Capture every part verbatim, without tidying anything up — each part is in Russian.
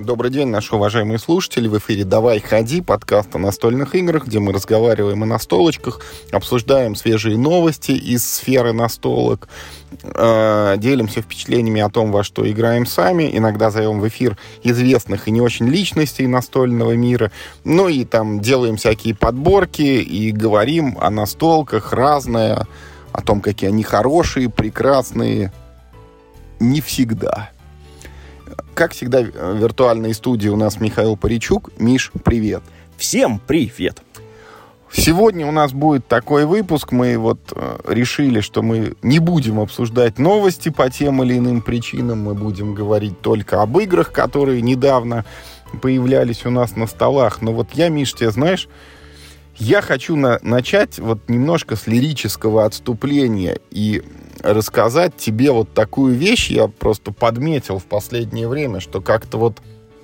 Добрый день, наши уважаемые слушатели. В эфире «Давай, ходи», подкаст о настольных играх, где мы разговариваем о настолочках, обсуждаем свежие новости из сферы настолок, э, делимся впечатлениями о том, во что играем сами, иногда зовем в эфир известных и не очень личностей настольного мира, ну и там делаем всякие подборки и говорим о настолках разное, о том, какие они хорошие, прекрасные. Не всегда. Как всегда, в виртуальной студии у нас Михаил Паричук. Миш, привет. Всем привет. Сегодня у нас будет такой выпуск. Мы вот э, решили, что мы не будем обсуждать новости по тем или иным причинам. Мы будем говорить только об играх, которые недавно появлялись у нас на столах. Но вот я, Миш, тебе знаешь, я хочу на- начать вот немножко с лирического отступления и рассказать тебе вот такую вещь. Я просто подметил в последнее время, что как-то вот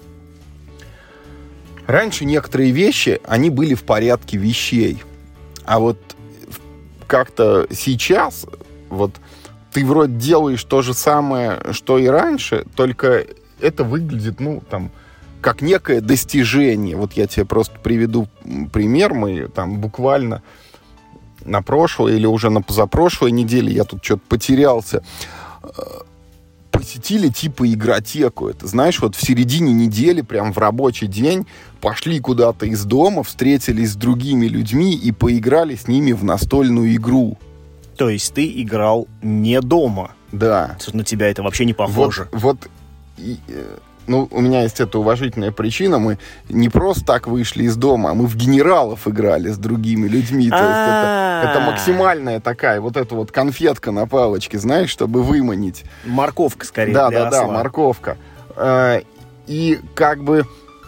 раньше некоторые вещи, они были в порядке вещей. А вот как-то сейчас вот ты вроде делаешь то же самое, что и раньше, только это выглядит, ну, там, как некое достижение. Вот я тебе просто приведу пример. Мы там буквально на прошлой или уже на позапрошлой неделе, я тут что-то потерялся, посетили типа игротеку. Это, знаешь, вот в середине недели, прям в рабочий день, пошли куда-то из дома, встретились с другими людьми и поиграли с ними в настольную игру. То есть ты играл не дома? Да. На тебя это вообще не похоже. Вот, вот и, ну, у меня есть эта уважительная причина. Мы не просто так вышли из дома, а мы в генералов играли с другими людьми. То есть это, это максимальная такая вот эта вот конфетка на палочке, знаешь, чтобы выманить. Морковка, скорее. Да, для да, да, осла. морковка. И как бы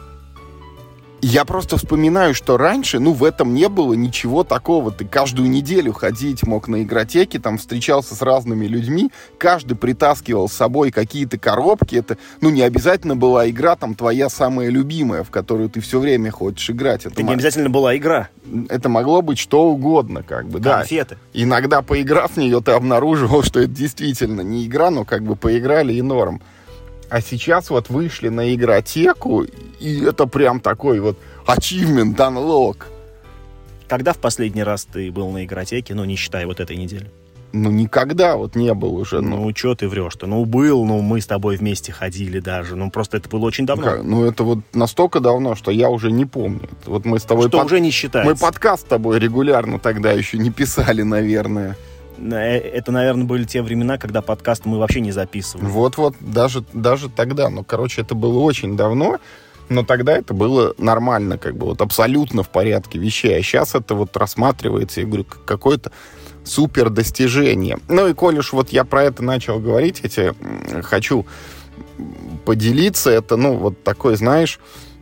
я просто вспоминаю, что раньше, ну, в этом не было ничего такого. Ты каждую неделю ходить мог на игротеке, там встречался с разными людьми, каждый притаскивал с собой какие-то коробки. Это, ну, не обязательно была игра, там, твоя самая любимая, в которую ты все время хочешь играть. Это Это не мо- обязательно была игра. Это могло быть что угодно, как бы, да. Конфеты. Иногда, поиграв в нее, ты обнаруживал, что это действительно не игра, но как бы поиграли и норм. А сейчас вот вышли на игротеку, и это прям такой вот achievement unlock. Когда в последний раз ты был на игротеке, ну, не считая вот этой недели? Ну, никогда вот не был уже. Ну, Ну, что ты врешь-то? Ну, был, ну, мы с тобой вместе ходили даже. Ну, просто это было очень давно. как- ну, это вот настолько давно, что я уже не помню. Вот мы с тобой... Что под- уже не считается. Мы подкаст с тобой регулярно тогда еще не писали, наверное. Э, Это, наверное, были те времена, когда подкаст мы вообще не записывали. Вот-вот, даже, даже тогда. Ну, короче, это было очень давно, но тогда это было нормально, как бы вот абсолютно в порядке вещей. А сейчас это вот рассматривается, я говорю, как какое-то супер достижение. Ну и коль уж вот я про это начал говорить, я тебе м, хочу поделиться. Это, ну, вот такой, знаешь...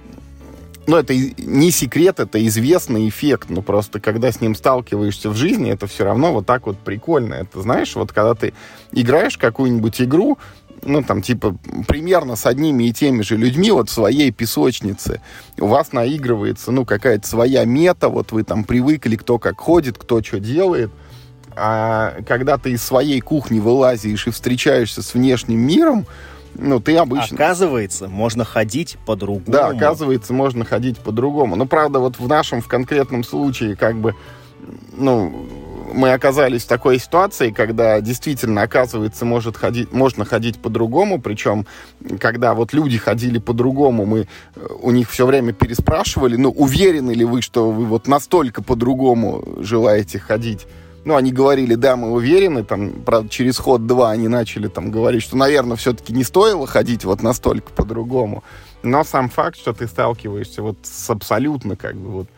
Ну, это и- не секрет, это известный эффект. Ну, просто когда с ним сталкиваешься в жизни, это все равно вот так вот прикольно. Это, знаешь, вот когда ты играешь какую-нибудь игру, ну, там, типа, примерно с одними и теми же людьми, вот в своей песочнице, у вас наигрывается, ну, какая-то своя мета, вот вы там привыкли, кто как ходит, кто что делает. А когда ты из своей кухни вылазишь и встречаешься с внешним миром, ну, ты обычно... Оказывается, можно ходить по-другому. Да, оказывается, можно ходить по-другому. Но, правда, вот в нашем, в конкретном случае, как бы, ну, мы оказались в такой ситуации, когда действительно, оказывается, может ходить, можно ходить по-другому. Причем, когда вот люди ходили по-другому, мы у них все время переспрашивали, ну, уверены ли вы, что вы вот настолько по-другому желаете ходить? Ну, они говорили, да, мы уверены, там, правда, через ход два они начали там говорить, что, наверное, все-таки не стоило ходить вот настолько по-другому. Но сам факт, что ты сталкиваешься вот с абсолютно, как бы, вот,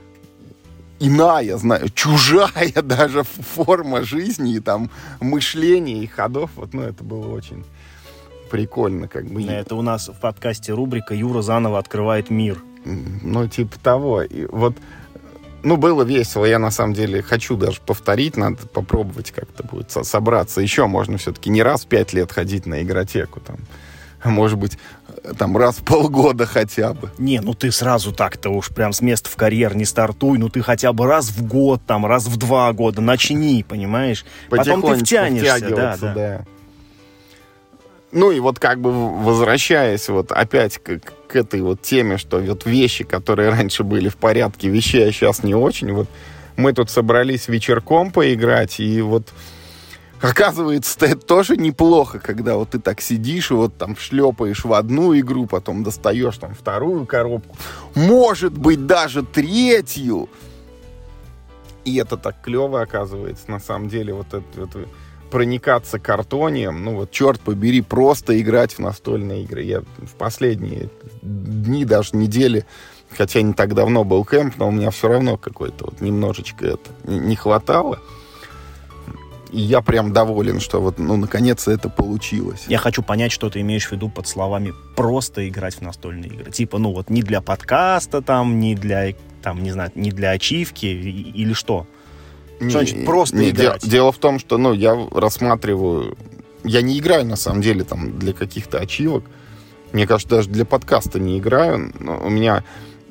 иная, знаю, чужая даже форма жизни и там мышления и ходов, вот, ну, это было очень прикольно, как бы. Это у нас в подкасте рубрика «Юра заново открывает мир». Ну, типа того. И вот, ну, было весело. Я, на самом деле, хочу даже повторить. Надо попробовать как-то будет со- собраться. Еще можно все-таки не раз в пять лет ходить на игротеку. Там, а может быть, там раз в полгода хотя бы. Не, ну ты сразу так-то уж прям с места в карьер не стартуй. Ну ты хотя бы раз в год, там, раз в два года начни, понимаешь? Потом ты втянешься. Да, да. Да. Ну и вот как бы возвращаясь вот опять к, к к этой вот теме, что вот вещи, которые раньше были в порядке вещей, а сейчас не очень. Вот мы тут собрались вечерком поиграть, и вот оказывается, это тоже неплохо, когда вот ты так сидишь и вот там шлепаешь в одну игру, потом достаешь там вторую коробку, может быть, даже третью. И это так клево оказывается, на самом деле, вот это вот, проникаться картонием, ну вот, черт побери, просто играть в настольные игры. Я в последние дни, даже недели, хотя не так давно был кэмп, но у меня все равно какой-то вот немножечко это не хватало. И я прям доволен, что вот, ну, наконец это получилось. Я хочу понять, что ты имеешь в виду под словами «просто играть в настольные игры». Типа, ну, вот не для подкаста там, не для, там, не знаю, не для ачивки или что? Что значит просто не, играть? Дело, дело в том, что, ну, я рассматриваю... Я не играю, на самом деле, там, для каких-то ачивок. Мне кажется, даже для подкаста не играю. Но у меня...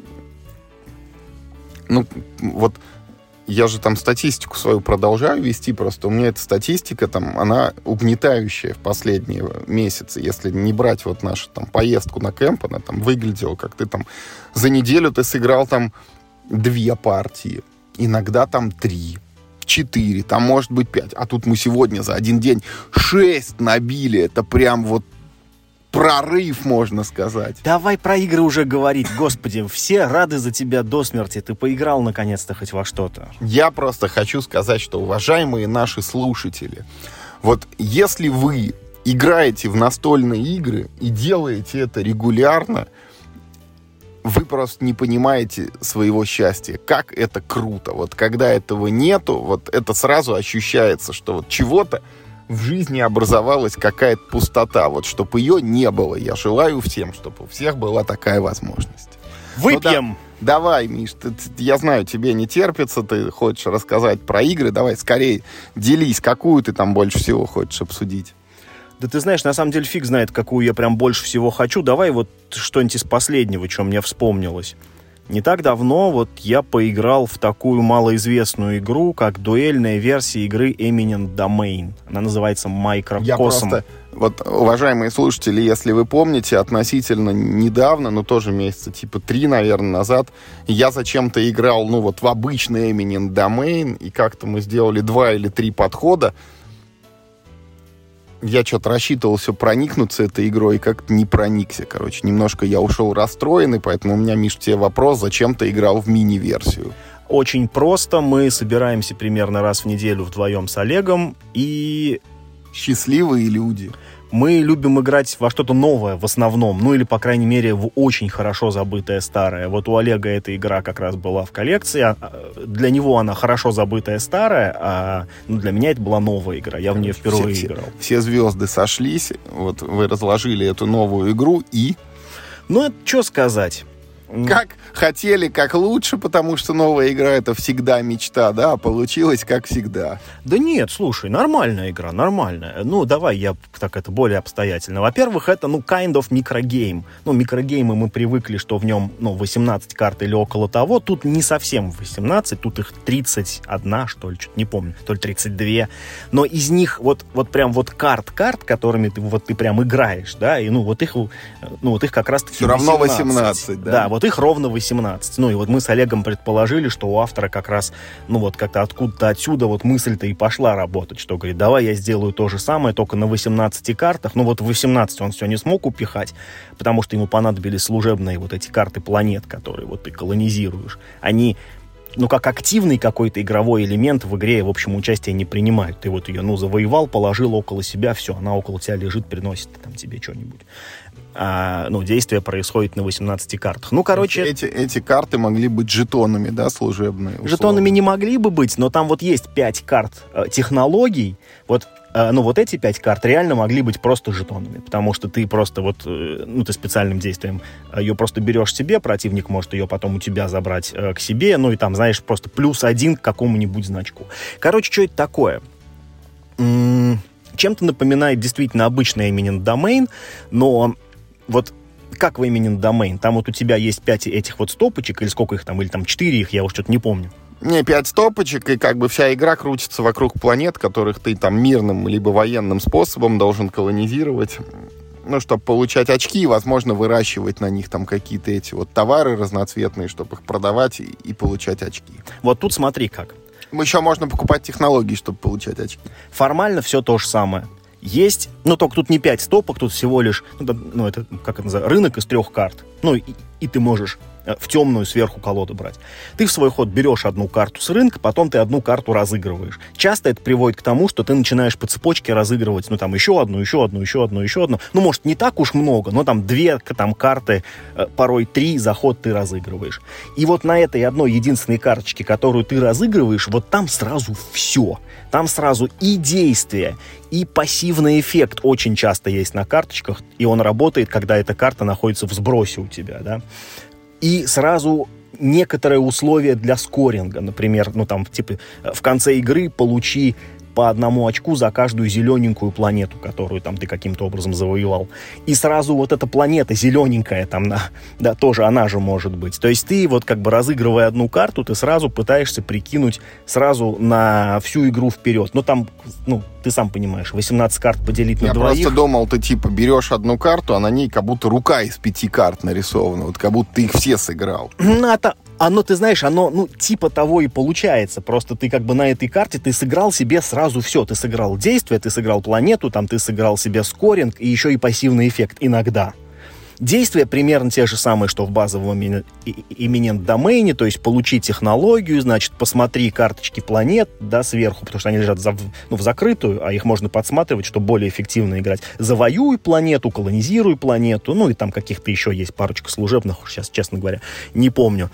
Ну, вот... Я же там статистику свою продолжаю вести, просто у меня эта статистика, там, она угнетающая в последние месяцы. Если не брать вот нашу там поездку на кемп, она там выглядела, как ты там за неделю ты сыграл там две партии, иногда там три, четыре, там может быть пять. А тут мы сегодня за один день шесть набили. Это прям вот прорыв, можно сказать. Давай про игры уже говорить. Господи, все рады за тебя до смерти. Ты поиграл наконец-то хоть во что-то. Я просто хочу сказать, что, уважаемые наши слушатели, вот если вы играете в настольные игры и делаете это регулярно, вы просто не понимаете своего счастья. Как это круто. Вот когда этого нету, вот это сразу ощущается, что вот чего-то в жизни образовалась какая-то пустота. Вот, чтобы ее не было. Я желаю всем, чтобы у всех была такая возможность. Выпьем! Ну, да, давай, Миш, ты, я знаю, тебе не терпится, ты хочешь рассказать про игры. Давай, скорее, делись, какую ты там больше всего хочешь обсудить. Да ты знаешь, на самом деле фиг знает, какую я прям больше всего хочу. Давай вот что-нибудь из последнего, что мне вспомнилось. Не так давно вот я поиграл в такую малоизвестную игру, как дуэльная версия игры Eminent Domain. Она называется Microcosm. Я просто, вот, уважаемые слушатели, если вы помните, относительно недавно, ну тоже месяца типа три, наверное, назад, я зачем-то играл, ну вот в обычный Eminent Domain, и как-то мы сделали два или три подхода. Я что-то рассчитывал все проникнуться этой игрой, и как-то не проникся, короче. Немножко я ушел расстроенный, поэтому у меня, Миш, тебе вопрос, зачем ты играл в мини-версию? Очень просто. Мы собираемся примерно раз в неделю вдвоем с Олегом, и... Счастливые люди. Мы любим играть во что-то новое в основном, ну или, по крайней мере, в очень хорошо забытое старое. Вот у Олега эта игра как раз была в коллекции. Для него она хорошо забытая старая, а ну, для меня это была новая игра. Я в нее впервые все, играл. Все, все звезды сошлись, вот вы разложили эту новую игру и... Ну, это что сказать? Как хотели, как лучше, потому что новая игра — это всегда мечта, да, а получилось как всегда. Да нет, слушай, нормальная игра, нормальная. Ну, давай я так это более обстоятельно. Во-первых, это, ну, kind of микрогейм. Ну, микрогеймы мы привыкли, что в нем, ну, восемнадцать карт или около того. Тут не совсем восемнадцать, тут их тридцать один, что ли, что-то не помню, то ли тридцать два. Но из них вот, вот прям вот карт-карт, которыми ты, вот ты прям играешь, да, и, ну, вот их, ну, вот их как раз-таки все равно восемнадцать, да? Да, вот их ровно восемнадцать. Ну, и вот мы с Олегом предположили, что у автора как раз, ну, вот как-то откуда-то отсюда вот мысль-то и пошла работать, что, говорит, давай я сделаю то же самое, только на восемнадцати картах. Ну, вот в восемнадцать он все не смог упихать, потому что ему понадобились служебные вот эти карты планет, которые вот ты колонизируешь. Они, ну, как активный какой-то игровой элемент в игре, в общем, участие не принимают. Ты вот ее, ну, завоевал, положил около себя, все, она около тебя лежит, приносит там тебе что-нибудь. А, ну, действие происходит на восемнадцати картах. Ну, короче... Эти, эти карты могли быть жетонами, да, служебные? Условно. Жетонами не могли бы быть, но там вот есть пять карт э, технологий. Вот, э, ну, вот эти пять карт реально могли быть просто жетонами, потому что ты просто вот, э, ну, ты специальным действием ее просто берешь себе, противник может ее потом у тебя забрать э, к себе, ну, и там, знаешь, просто плюс один к какому-нибудь значку. Короче, что это такое? М-м- чем-то напоминает действительно обычный Eminent Domain, но... Вот как в Eminent Domain? Там вот у тебя есть пять этих вот стопочек, или сколько их там, или там четыре их, я уж что-то не помню. Не, пять стопочек, и как бы вся игра крутится вокруг планет, которых ты там мирным либо военным способом должен колонизировать. ну, чтобы получать очки и, возможно, выращивать на них там какие-то эти вот товары разноцветные, чтобы их продавать и, и получать очки. Вот тут смотри как. Еще можно покупать технологии, чтобы получать очки. Формально все то же самое. Есть, ну, только тут не пять стопок, тут всего лишь, ну, да, ну это, как это называется, рынок из трех карт. Ну, и, и ты можешь в темную сверху колоду брать. Ты в свой ход берешь одну карту с рынка, потом ты одну карту разыгрываешь. Часто это приводит к тому, что ты начинаешь по цепочке разыгрывать, ну, там, еще одну, еще одну, еще одну, еще одну. Ну, может, не так уж много, но там две там, карты, порой три за ход ты разыгрываешь. И вот на этой одной единственной карточке, которую ты разыгрываешь, вот там сразу все. Там сразу и действие, и пассивный эффект очень часто есть на карточках, и он работает, когда эта карта находится в сбросе у тебя, да. И сразу некоторые условия для скоринга. Например, ну там, типа, в конце игры получи по одному очку за каждую зелененькую планету, которую там ты каким-то образом завоевал. И сразу вот эта планета зелененькая там, на, да, тоже она же может быть. То есть ты вот как бы разыгрывая одну карту, ты сразу пытаешься прикинуть сразу на всю игру вперед. Ну там, ну, ты сам понимаешь, восемнадцать карт поделить на Я двоих. Я просто думал, ты типа берешь одну карту, а на ней как будто рука из пяти карт нарисована. Вот как будто ты их все сыграл. Ну, это... Оно, ты знаешь, оно, ну, типа того и получается. Просто ты как бы на этой карте, ты сыграл себе сразу все. Ты сыграл действие, ты сыграл планету, там ты сыграл себе скоринг и еще и пассивный эффект иногда. Действия примерно те же самые, что в базовом имминент домене, то есть получи технологию, значит, посмотри карточки планет, да, сверху, потому что они лежат за, ну, в закрытую, а их можно подсматривать, чтобы более эффективно играть. Завоюй планету, колонизируй планету, ну и там каких-то еще есть парочка служебных, сейчас, честно говоря, не помню.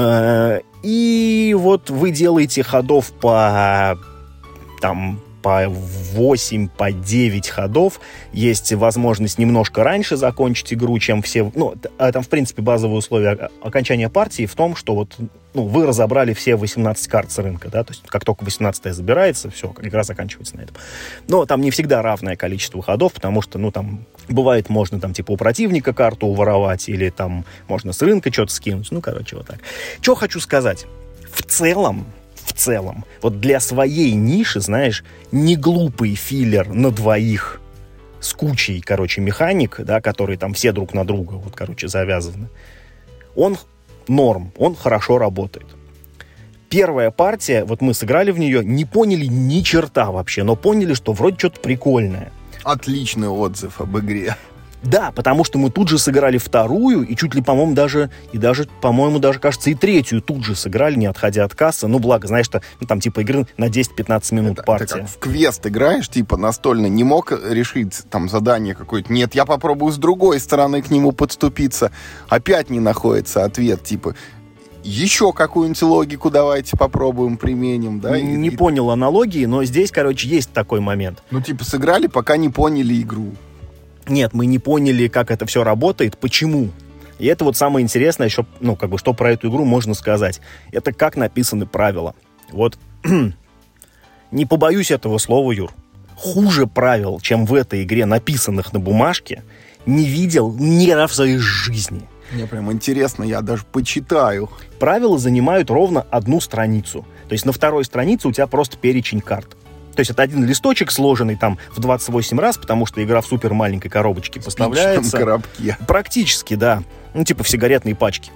И вот вы делаете ходов по там по восемь, по девять ходов. Есть возможность немножко раньше закончить игру, чем все... Ну, там, в принципе, базовые условия окончания партии в том, что вот, ну, вы разобрали все восемнадцать карт с рынка, да, то есть как только восемнадцатая забирается, все, игра заканчивается на этом. Но там не всегда равное количество ходов, потому что, ну, там, бывает, можно там, типа, у противника карту уворовать, или там можно с рынка что-то скинуть, ну, короче, вот так. Что хочу сказать. В целом, в целом, вот для своей ниши, знаешь, не глупый филлер на двоих с кучей, короче, механик, да, которые там все друг на друга, вот, короче, завязаны, он норм, он хорошо работает. Первая партия, вот мы сыграли в нее, не поняли ни черта вообще, но поняли, что вроде что-то прикольное. Отличный отзыв об игре. Да, потому что мы тут же сыграли вторую, и чуть ли, по-моему, даже, и даже, по-моему, даже, кажется, и третью тут же сыграли, не отходя от кассы. Ну, благо, знаешь, что, ну, там, типа, игры на десять-пятнадцать минут это, партия. Это как в квест играешь, типа, настольно, не мог решить, там, задание какое-то. Нет, я попробую с другой стороны к нему подступиться. Опять не находится ответ, типа... Еще какую-нибудь логику давайте попробуем, применим, да? Не и, понял аналогии, но здесь, короче, есть такой момент. Ну, типа, сыграли, пока не поняли игру. Нет, мы не поняли, как это все работает, почему. И это вот самое интересное еще, ну, как бы, что про эту игру можно сказать. Это как написаны правила. Вот, не побоюсь этого слова, Юр. Хуже правил, чем в этой игре, написанных на бумажке, не видел ни разу в своей жизни. Мне прям интересно, я даже почитаю. Правила занимают ровно одну страницу. То есть на второй странице у тебя просто перечень карт. То есть это один листочек, сложенный там в двадцать восемь раз, потому что игра в супер маленькой коробочке поставляется. В коробке. Практически, да. Ну, типа в сигаретной пачке.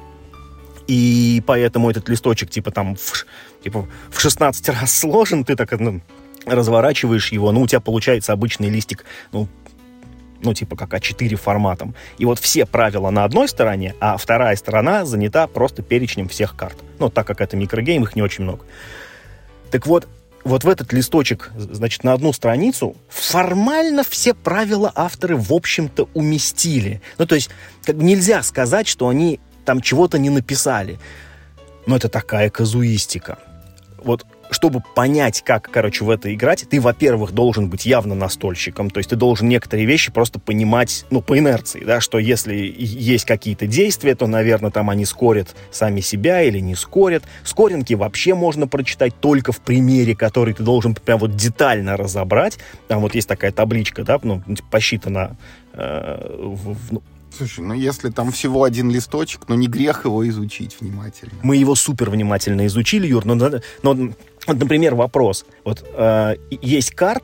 И поэтому этот листочек типа там в, типа, в шестнадцать раз сложен, ты так, ну, разворачиваешь его, ну, у тебя получается обычный листик, ну, ну, типа как а четыре форматом. И вот все правила на одной стороне, а вторая сторона занята просто перечнем всех карт. Ну, так как это микрогейм, их не очень много. Так вот, вот в этот листочек, значит, на одну страницу формально все правила авторы, в общем-то, уместили. Ну, то есть, как бы нельзя сказать, что они там чего-то не написали. Но это такая казуистика. Вот, чтобы понять, как, короче, в это играть, ты, во-первых, должен быть явно настольщиком, то есть ты должен некоторые вещи просто понимать, ну, по инерции, да, что если есть какие-то действия, то, наверное, там они скорят сами себя или не скорят. Скоринги вообще можно прочитать только в примере, который ты должен прям вот детально разобрать. Там вот есть такая табличка, да, ну, посчитана э, в, в, ну, слушай, ну если там всего один листочек, ну не грех его изучить внимательно. Мы его супер внимательно изучили, Юр, но, но вот, например, вопрос. Вот э, есть карта,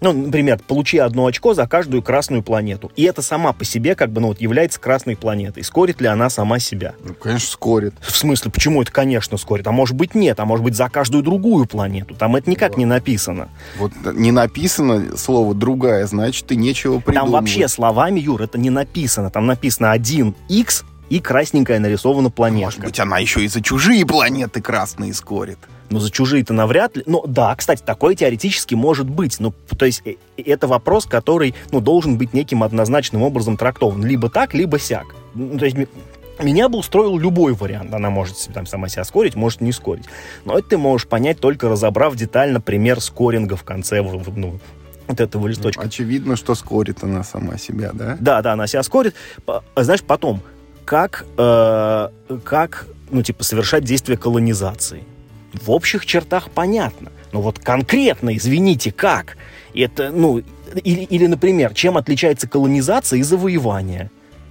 Ну, например, получи одно очко за каждую красную планету. И это сама по себе как бы, ну, вот, является красной планетой. Скорит ли она сама себя? Ну, конечно, скорит. В смысле, почему это, конечно, скорит? А может быть, нет. А может быть, за каждую другую планету. Там это никак вот не написано. Вот не написано слово «другая», значит, и нечего придумывать. Там вообще словами, Юр, это не написано. Там написано один икс и красненькая нарисована планетка. Может быть, она еще и за чужие планеты красные скорит. Ну, за чужие-то навряд ли. Ну, да, кстати, такое теоретически может быть. Ну, то есть, это вопрос, который, ну, должен быть неким однозначным образом трактован. Либо так, либо сяк. Ну, то есть, меня бы устроил любой вариант. Она может там сама себя скорить, может не скорить. Но это ты можешь понять, только разобрав детально пример скоринга в конце, ну, вот этого листочка. Очевидно, что скорит она сама себя, да? Да, да, она себя скорит. Знаешь, потом, как, э, как, ну, типа, совершать действие колонизации. В общих чертах понятно. Но вот конкретно, извините, как? Это, ну, или, или, например, чем отличается колонизация и завоевание?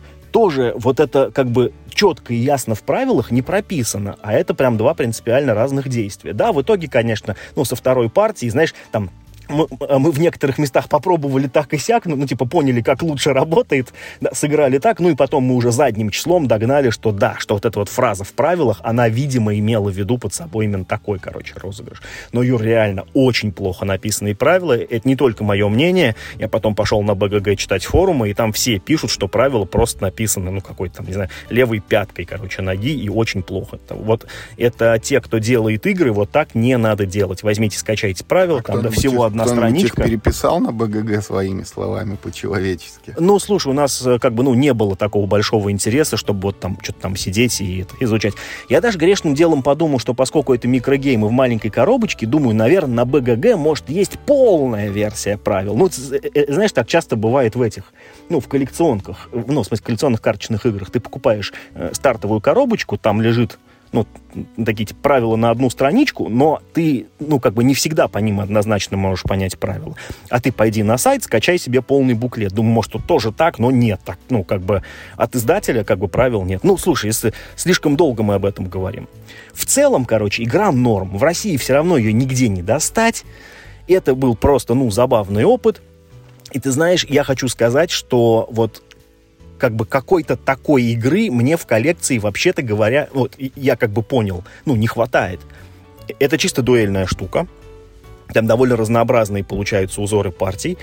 Тоже вот это как бы четко и ясно в правилах не прописано, а это прям два принципиально разных действия. Да, в итоге, конечно, ну, со второй партии, знаешь, там, Мы, мы в некоторых местах попробовали так и сяк, ну, ну типа, поняли, как лучше работает, да, сыграли так, ну, и потом мы уже задним числом догнали, что да, что вот эта вот фраза в правилах, она, видимо, имела в виду под собой именно такой, короче, розыгрыш. Но, Юр, реально, очень плохо написанные правила, это не только мое мнение, я потом пошел на БГГ читать форумы, и там все пишут, что правила просто написаны, ну, какой-то там, не знаю, левой пяткой, короче, ноги, и очень плохо. Это, вот это те, кто делает игры, вот так не надо делать. Возьмите, скачайте правила, а там до всего одна страничка. Кто-нибудь их переписал на БГГ своими словами по-человечески? Ну, слушай, у нас как бы, ну, не было такого большого интереса, чтобы вот там что-то там сидеть и это, изучать. Я даже грешным делом подумал, что поскольку это микрогеймы в маленькой коробочке, думаю, наверное, на БГГ, может, есть полная версия правил. Ну, знаешь, так часто бывает в этих, ну, в коллекционках, ну, в смысле, коллекционных карточных играх. Ты покупаешь э, стартовую коробочку, там лежит, ну, такие типа, правила на одну страничку, но ты, ну, как бы не всегда по ним однозначно можешь понять правила. А ты пойди на сайт, скачай себе полный буклет. Думаю, может, тут тоже так, но нет. Так, ну, как бы от издателя, как бы, правил нет. Ну, слушай, если слишком долго мы об этом говорим. В целом, короче, игра норм. В России все равно ее нигде не достать. Это был просто, ну, забавный опыт. И ты знаешь, я хочу сказать, что вот как бы какой-то такой игры мне в коллекции, вообще-то говоря, вот я как бы понял, ну, не хватает. Это чисто дуэльная штука. Там довольно разнообразные получаются узоры партий.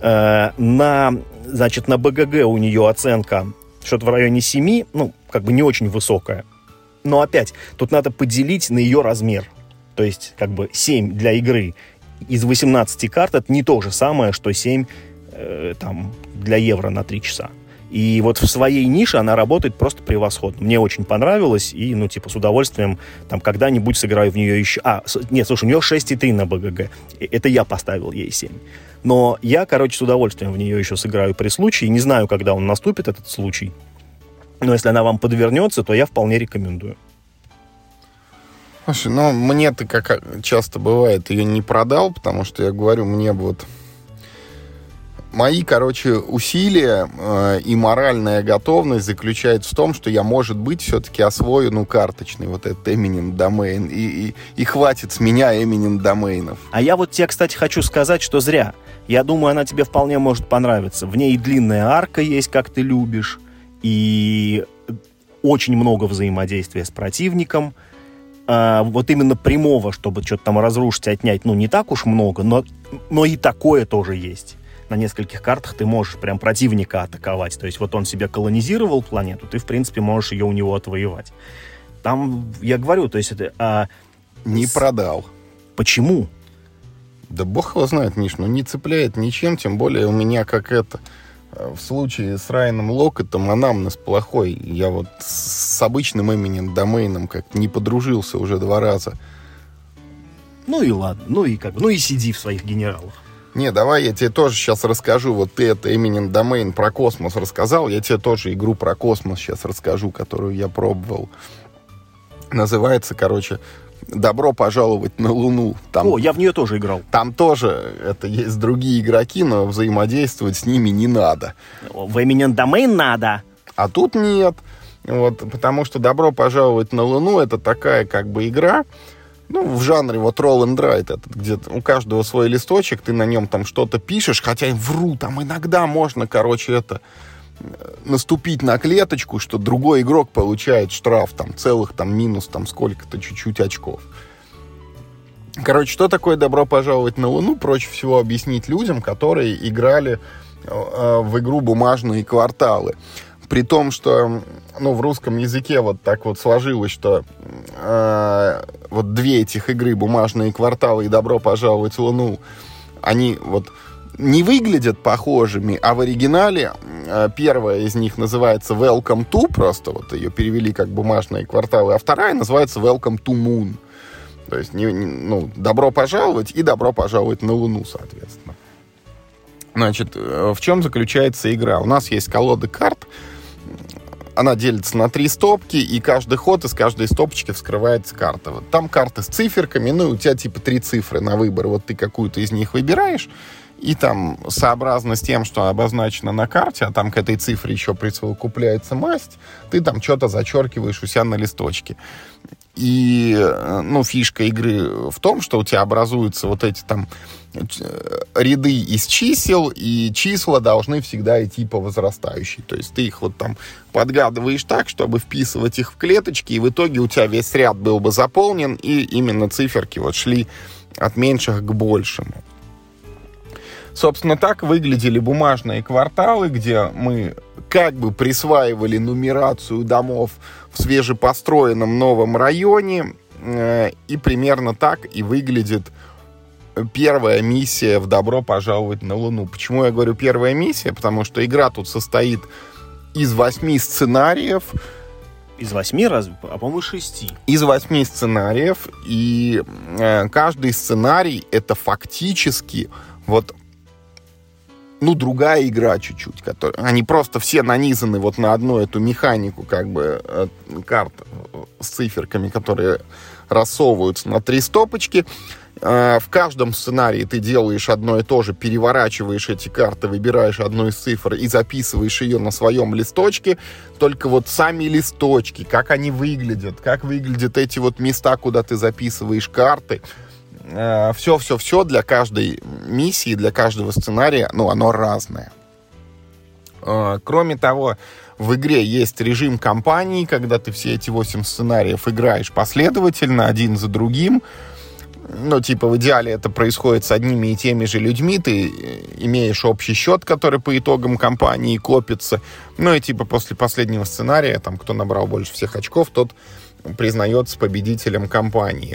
Э, на, значит, на БГГ у нее оценка что-то в районе семи, ну, как бы не очень высокая. Но опять, тут надо поделить на ее размер. То есть, как бы семь для игры из восемнадцати карт — это не то же самое, что семь э, там, для евро на три часа. И вот в своей нише она работает просто превосходно. Мне очень понравилось, и, ну, типа, с удовольствием там когда-нибудь сыграю в нее еще... А, нет, слушай, у нее шесть и три на БГГ. Это я поставил ей семь. Но я, короче, с удовольствием в нее еще сыграю при случае. Не знаю, когда он наступит, этот случай. Но если она вам подвернется, то я вполне рекомендую. Слушай, ну, мне-то, как часто бывает, ее не продал, потому что, я говорю, мне вот... Мои, короче, усилия э, и моральная готовность заключается в том, что я, может быть, все-таки освою, ну, карточный вот этот Eminent Domain, и, и, и хватит с меня Eminent доменов. А я вот тебе, кстати, хочу сказать, что зря. Я думаю, она тебе вполне может понравиться. В ней длинная арка есть, как ты любишь, и очень много взаимодействия с противником. А, вот именно прямого, чтобы что-то там разрушить, отнять, ну, не так уж много, но, но и такое тоже есть. На нескольких картах ты можешь прям противника атаковать. То есть вот он себе колонизировал планету, ты, в принципе, можешь ее у него отвоевать. Там, я говорю, то есть это... А, не с... продал. Почему? Да бог его знает, Миш, ну не цепляет ничем, тем более у меня как это... В случае с Райаном Локеттом анамнез плохой. Я вот с обычным Eminent доменом как-то не подружился уже два раза. Ну и ладно, ну и как бы, ну и сиди в своих генералах. Не, давай я тебе тоже сейчас расскажу. Вот ты это Eminent Domain про космос рассказал. Я тебе тоже игру про космос сейчас расскажу, которую я пробовал. Называется, короче, «Добро пожаловать на Луну». Там, О, я в нее тоже играл. Там тоже это есть другие игроки, но взаимодействовать с ними не надо. В Eminent Domain надо. А тут нет. Вот, потому что «Добро пожаловать на Луну» — это такая как бы игра, ну, в жанре вот roll and write, этот, где у каждого свой листочек, ты на нем там что-то пишешь, хотя я вру, там иногда можно, короче, это, наступить на клеточку, что другой игрок получает штраф, там, целых, там, минус, там, сколько-то, чуть-чуть очков. Короче, что такое «Добро пожаловать на Луну», проще всего объяснить людям, которые играли э, в игру «Бумажные кварталы». При том, что, ну, в русском языке вот так вот сложилось, что э, вот две этих игры «Бумажные кварталы» и «Добро пожаловать в Луну», они вот не выглядят похожими, а в оригинале э, первая из них называется «Welcome to», просто вот ее перевели как «Бумажные кварталы», а вторая называется «Welcome to Moon». То есть, не, не, ну, «Добро пожаловать» и «Добро пожаловать на Луну», соответственно. Значит, в чем заключается игра? У нас есть колода карт, она делится на три стопки, и каждый ход из каждой стопочки вскрывается карта. Вот там карты с циферками, ну, и у тебя типа три цифры на выбор. Вот ты какую-то из них выбираешь, и там, сообразно с тем, что обозначено на карте, а там к этой цифре еще присовокупляется масть, ты там что-то зачеркиваешь у себя на листочке. И, ну, фишка игры в том, что у тебя образуются вот эти там ряды из чисел, и числа должны всегда идти по возрастающей. То есть ты их вот там подгадываешь так, чтобы вписывать их в клеточки, и в итоге у тебя весь ряд был бы заполнен, и именно циферки вот шли от меньших к большему. Собственно, так выглядели «Бумажные кварталы», где мы как бы присваивали нумерацию домов в свежепостроенном новом районе, и примерно так и выглядит первая миссия в «Добро пожаловать на Луну». Почему я говорю первая миссия? Потому что игра тут состоит из восьми сценариев. Из восьми разве? А по-моему, шести. Из восьми сценариев, и э, каждый сценарий — это фактически вот, ну, другая игра чуть-чуть. Которая, они просто все нанизаны вот на одну эту механику, как бы, э, карт с циферками, которые рассовываются на три стопочки. Э, в каждом сценарии ты делаешь одно и то же, переворачиваешь эти карты, выбираешь одну из цифр и записываешь ее на своем листочке. Только вот сами листочки, как они выглядят, как выглядят эти вот места, куда ты записываешь карты, все-все-все для каждой миссии, для каждого сценария, ну, оно разное. Кроме того, в игре есть режим кампании, когда ты все эти восемь сценариев играешь последовательно, один за другим. Ну, типа, в идеале это происходит с одними и теми же людьми, ты имеешь общий счет, который по итогам кампании копится. Ну, и типа после последнего сценария, там, кто набрал больше всех очков, тот признается победителем кампании.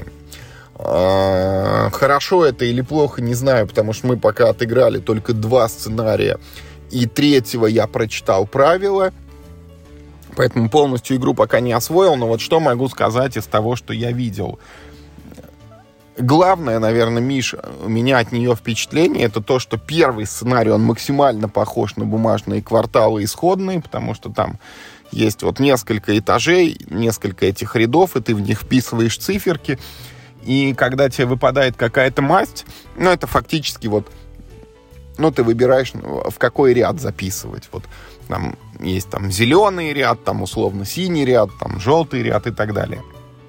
Хорошо это или плохо, не знаю, потому что мы пока отыграли только два сценария, и третьего я прочитал правила, поэтому полностью игру пока не освоил, но вот что могу сказать из того, что я видел. Главное, наверное, Миша, у меня от нее впечатление, это то, что первый сценарий, он максимально похож на «Бумажные кварталы» исходные, потому что там есть вот несколько этажей, несколько этих рядов, и ты в них вписываешь циферки. И когда тебе выпадает какая-то масть, ну, это фактически вот, ну, ты выбираешь, в какой ряд записывать. Вот там есть там зеленый ряд, там условно синий ряд, там желтый ряд и так далее.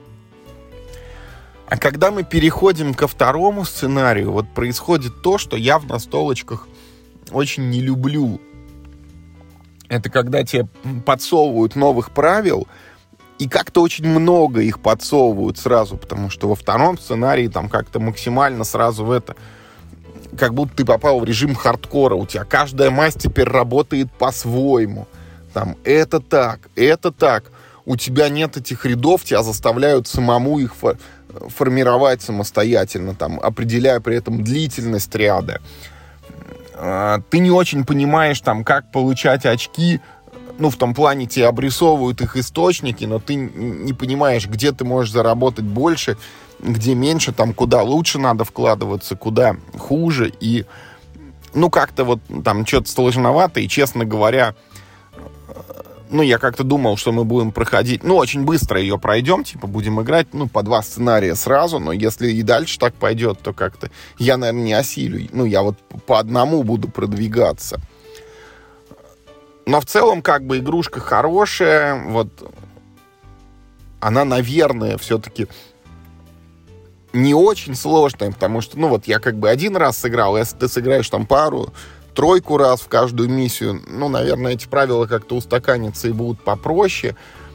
А когда мы переходим ко второму сценарию, вот происходит то, что я в настолочках очень не люблю. Это когда тебе подсовывают новых правил, и как-то очень много их подсовывают сразу, потому что во втором сценарии там как-то максимально сразу в это, как будто ты попал в режим хардкора. У тебя каждая масть теперь работает по-своему. Там это так, это так. У тебя нет этих рядов, тебя заставляют самому их фо- формировать самостоятельно, там, определяя при этом длительность ряда. Ты не очень понимаешь, там, как получать очки. Ну, в том плане тебе обрисовывают их источники, но ты не понимаешь, где ты можешь заработать больше, где меньше, там, куда лучше надо вкладываться, куда хуже. И, ну, как-то вот там что-то сложновато, и, честно говоря, ну, я как-то думал, что мы будем проходить, ну, очень быстро ее пройдем, типа, будем играть, ну, по два сценария сразу, но если и дальше так пойдет, то как-то я, наверное, не осилю. Ну, я вот по одному буду продвигаться. Но в целом, как бы, игрушка хорошая. Вот она, наверное, все-таки не очень сложная, потому что, ну, вот я как бы один раз сыграл, если ты сыграешь там пару, тройку раз в каждую миссию, ну, наверное, эти правила как-то устаканятся и будут попроще.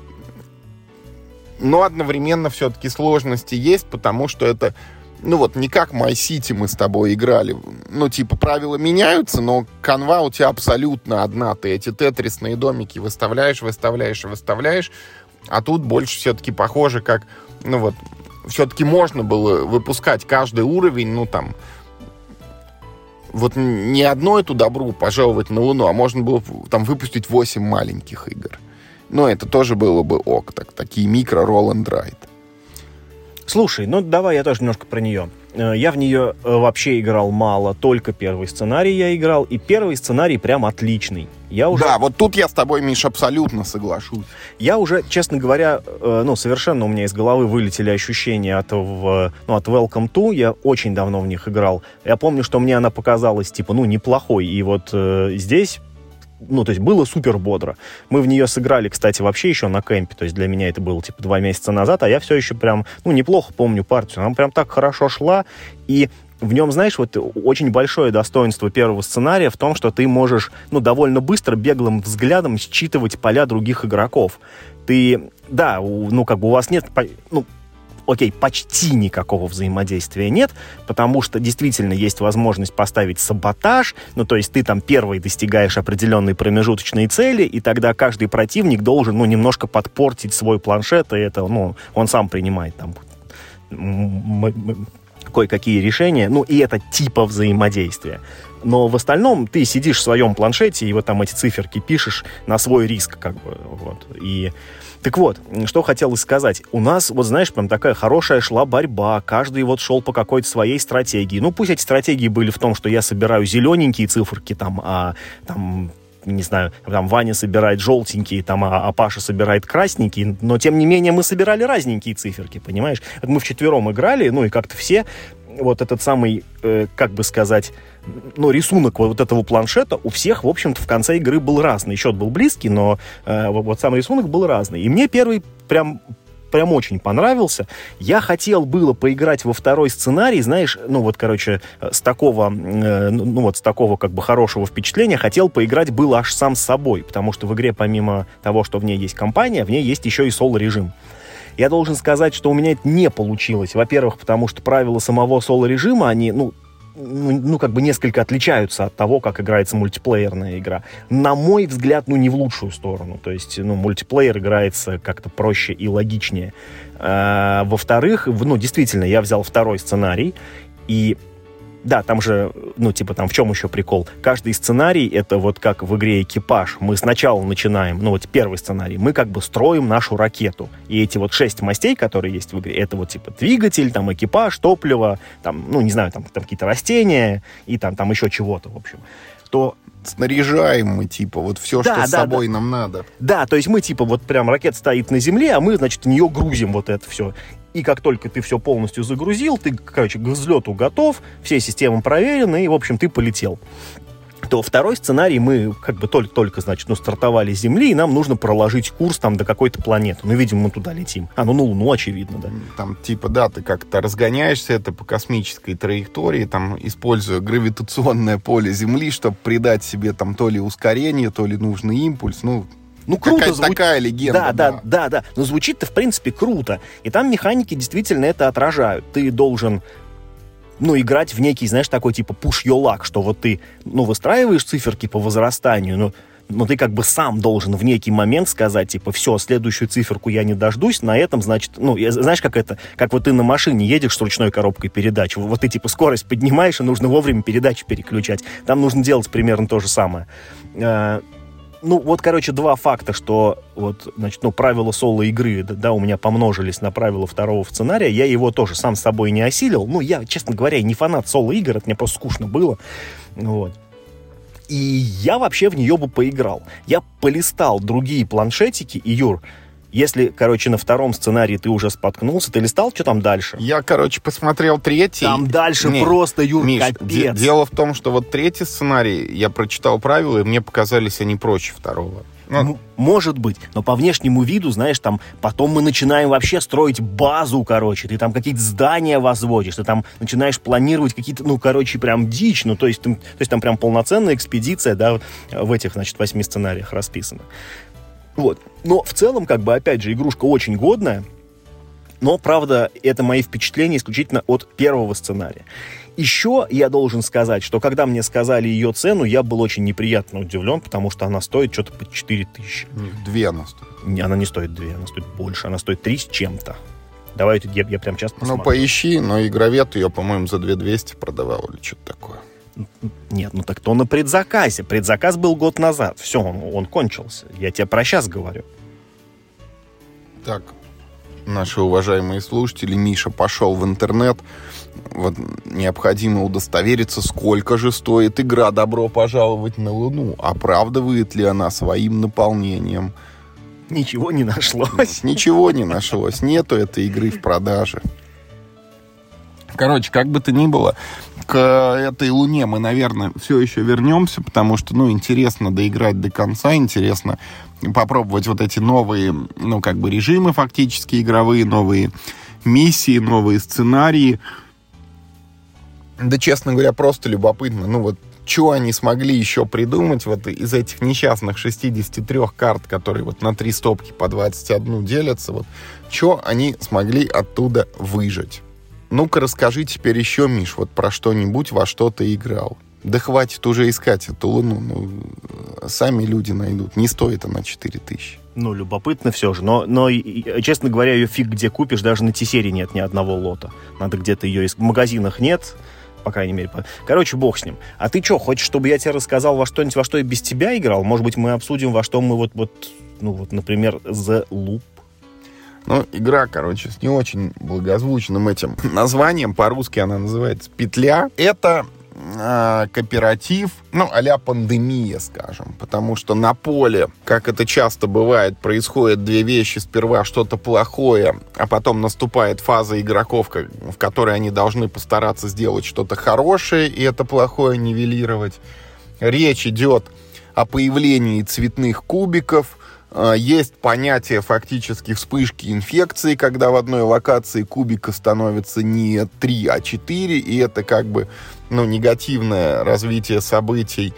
Но одновременно все-таки сложности есть, потому что это, ну, вот не как My City мы с тобой играли. Ну, типа, правила меняются, но канва у тебя абсолютно одна. Ты эти тетрисные домики выставляешь, выставляешь и выставляешь. А тут больше все-таки похоже, как, ну, вот, все-таки можно было выпускать каждый уровень, ну, там, вот не одну эту добру пожаловать на Луну, а можно было там выпустить восемь маленьких игр. Ну, это тоже было бы ок, так, такие микро roll and ride. Слушай, ну давай я тоже немножко про нее. Я в нее вообще играл мало, только первый сценарий я играл, и первый сценарий прям отличный. Я уже... Да, вот тут я с тобой, Миш, абсолютно соглашусь. Я уже, честно говоря, ну, совершенно у меня из головы вылетели ощущения от, ну, от Welcome to. Я очень давно в них играл. Я помню, что мне она показалась, типа, ну, неплохой. И вот э, здесь... Ну, то есть было супер бодро. Мы в нее сыграли, кстати, вообще еще на кемпе. То есть для меня это было, типа, два месяца назад, а я все еще прям, ну, неплохо помню партию. Она прям так хорошо шла. И в нем, знаешь, вот очень большое достоинство первого сценария в том, что ты можешь, ну, довольно быстро, беглым взглядом считывать поля других игроков. Ты, да, ну, как бы у вас нет... Ну, окей, почти никакого взаимодействия нет, потому что действительно есть возможность поставить саботаж, ну, то есть ты там первый достигаешь определенной промежуточной цели, и тогда каждый противник должен, ну, немножко подпортить свой планшет, и это, ну, он сам принимает там кое-какие решения, ну, и это типа взаимодействия. Но в остальном ты сидишь в своем планшете, и вот там эти циферки пишешь на свой риск, как бы, вот, и... Так вот, что хотелось сказать. У нас, вот знаешь, прям такая хорошая шла борьба. Каждый вот шел по какой-то своей стратегии. Ну, пусть эти стратегии были в том, что я собираю зелененькие циферки, там, а там, не знаю, там Ваня собирает желтенькие, там, а, а Паша собирает красненькие. Но, тем не менее, мы собирали разненькие циферки, понимаешь? Мы вчетвером играли, ну, и как-то все... Вот этот самый, э, как бы сказать, ну, рисунок вот этого планшета у всех, в общем-то, в конце игры был разный. Счет был близкий, но э, вот сам рисунок был разный. И мне первый прям, прям очень понравился. Я хотел было поиграть во второй сценарий, знаешь, ну, вот, короче, с такого, э, ну, вот, с такого, как бы, хорошего впечатления хотел поиграть было аж сам с собой, потому что в игре, помимо того, что в ней есть компания, в ней есть еще и соло-режим. Я должен сказать, что у меня это не получилось. Во-первых, потому что правила самого соло-режима, они, ну, ну, ну, как бы несколько отличаются от того, как играется мультиплеерная игра. На мой взгляд, ну, не в лучшую сторону. То есть, ну, мультиплеер играется как-то проще и логичнее. А, во-вторых, ну, действительно, я взял второй сценарий, и да, там же, ну, типа, там в чем еще прикол? Каждый сценарий, это вот как в игре «Экипаж». Мы сначала начинаем, ну, вот первый сценарий, мы как бы строим нашу ракету. И эти вот шесть мастей, которые есть в игре, это вот, типа, двигатель, там, экипаж, топливо, там, ну, не знаю, там, там какие-то растения и там, там еще чего-то, в общем. То... Снаряжаем мы, типа, вот все, да, что да, с собой да. нам надо. Да, то есть мы, типа, вот прям ракета стоит на земле, а мы, значит, в нее грузим вот это все. И как только ты все полностью загрузил, ты, короче, к взлету готов, все системы проверены, и, в общем, ты полетел. То второй сценарий мы как бы только-только, значит, ну, стартовали с Земли, и нам нужно проложить курс там до какой-то планеты. Ну, видимо, мы туда летим. А, ну, на Луну, очевидно, да. Там, типа, да, ты как-то разгоняешься, это по космической траектории, там, используя гравитационное поле Земли, чтобы придать себе там то ли ускорение, то ли нужный импульс, ну... Ну, круто Какая-то звуч... такая легенда. Да, да, да, да, да. Но звучит-то, в принципе, круто. И там механики действительно это отражают. Ты должен, ну, играть в некий, знаешь, такой типа push your luck, что вот ты, ну, выстраиваешь циферки по возрастанию, но, но ты как бы сам должен в некий момент сказать, типа, все, следующую циферку я не дождусь, на этом, значит, ну, я, знаешь, как это, как вот ты на машине едешь с ручной коробкой передач, вот ты, типа, скорость поднимаешь, и нужно вовремя передачи переключать. Там нужно делать примерно то же самое. Ну, вот, короче, два факта, что вот, значит, ну, правила соло-игры, да, у меня помножились на правила второго сценария, я его тоже сам с собой не осилил. Ну, я, честно говоря, не фанат соло-игр, это мне просто скучно было. Вот. И я вообще в нее бы поиграл. Я полистал другие планшетики, и, Юр, если, короче, на втором сценарии ты уже споткнулся, ты листал, что там дальше? Я, короче, посмотрел третий. Там дальше не, просто, Юр, Миш, капец. Де- дело в том, что вот третий сценарий, я прочитал правила, и мне показались они проще второго. Ну, может быть, но по внешнему виду, знаешь, там, потом мы начинаем вообще строить базу, короче, ты там какие-то здания возводишь, ты там начинаешь планировать какие-то, ну, короче, прям дичь, ну, то есть, ты, то есть там прям полноценная экспедиция, да, в этих, значит, восьми сценариях расписана. Вот, но в целом, как бы, опять же, игрушка очень годная, но, правда, это мои впечатления исключительно от первого сценария. Еще я должен сказать, что когда мне сказали ее цену, я был очень неприятно удивлен, потому что она стоит что-то по четыре тысячи. Две она стоит. Не, она не стоит две, она стоит больше, она стоит три с чем-то. Давай я, я прям сейчас посмотрю. Ну, поищи, но Игровед ее, по-моему, за две тысячи двести продавал или что-то такое. Нет, ну так то на предзаказе. Предзаказ был год назад. Все, он, он кончился. Я тебе про сейчас говорю. Так, наши уважаемые слушатели, Миша пошел в интернет. Вот необходимо удостовериться, сколько же стоит игра «Добро пожаловать на Луну». Оправдывает ли она своим наполнением? Ничего не нашлось. Ничего не нашлось. Нету этой игры в продаже. Короче, как бы то ни было, к этой Луне мы, наверное, все еще вернемся, потому что, ну, интересно доиграть до конца, интересно попробовать вот эти новые, ну, как бы режимы фактически игровые, новые миссии, новые сценарии. Да, честно говоря, просто любопытно. Ну, вот, что они смогли еще придумать вот из этих несчастных шестидесяти трёх карт, которые вот на три стопки по двадцать одну делятся, вот, что они смогли оттуда выжать? Ну-ка, расскажи теперь еще, Миш, вот про что-нибудь, во что ты играл. Да хватит уже искать эту Луну, ну, сами люди найдут. Не стоит она четыре тысячи. Ну, любопытно все же, но, но честно говоря, ее фиг где купишь, даже на Ти-серии нет ни одного лота. Надо где-то ее искать. В магазинах нет, по крайней мере. Короче, бог с ним. А ты что, хочешь, чтобы я тебе рассказал во что-нибудь, во что я без тебя играл? Может быть, мы обсудим, во что мы вот, вот ну, вот, например, The Loop. Ну, игра, короче, с не очень благозвучным этим названием. По-русски она называется «Петля». Это э, кооператив, ну, а-ля пандемия, скажем. Потому что на поле, как это часто бывает, происходят две вещи. Сперва что-то плохое, а потом наступает фаза игроков, в которой они должны постараться сделать что-то хорошее и это плохое нивелировать. Речь идет о появлении цветных кубиков. Есть понятие фактически вспышки инфекции, когда в одной локации кубика становится не три, а четыре, и это как бы, ну, негативное развитие событий.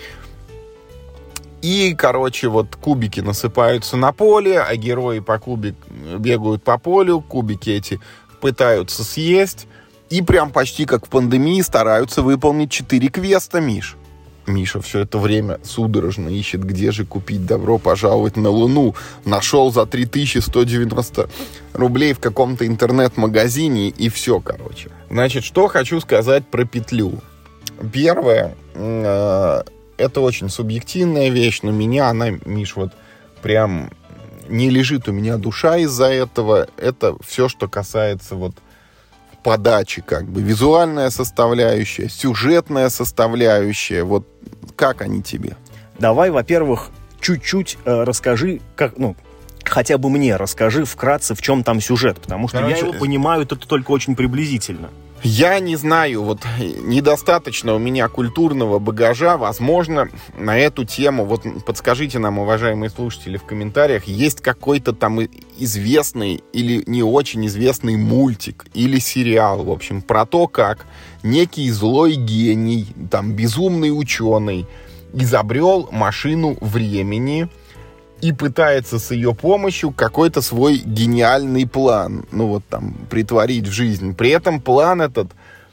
И, короче, вот кубики насыпаются на поле, а герои по кубик бегают по полю, кубики эти пытаются съесть, и прям почти как в пандемии стараются выполнить четыре квеста, Миш. Миша все это время судорожно ищет, где же купить «Добро пожаловать на Луну». Нашел за три тысячи сто девяносто рублей в каком-то интернет-магазине, и все, короче. Значит, что хочу сказать про петлю. Первое, э, это очень субъективная вещь, но меня она, Миш, вот прям не лежит у меня душа из-за этого. Это все, что касается вот подачи, как бы, визуальная составляющая, сюжетная составляющая, вот как они тебе? Давай, во-первых, чуть-чуть э, расскажи, как, ну, хотя бы мне расскажи вкратце, в чем там сюжет, потому что Короче, я его понимаю это только очень приблизительно. Я не знаю, вот недостаточно у меня культурного багажа, возможно, на эту тему, вот подскажите нам, уважаемые слушатели, в комментариях, есть какой-то там известный или не очень известный мультик или сериал, в общем, про то, как некий злой гений, там, безумный ученый изобрел машину времени и пытается с ее помощью какой-то свой гениальный план, ну вот там, притворить в жизнь. При этом план этот,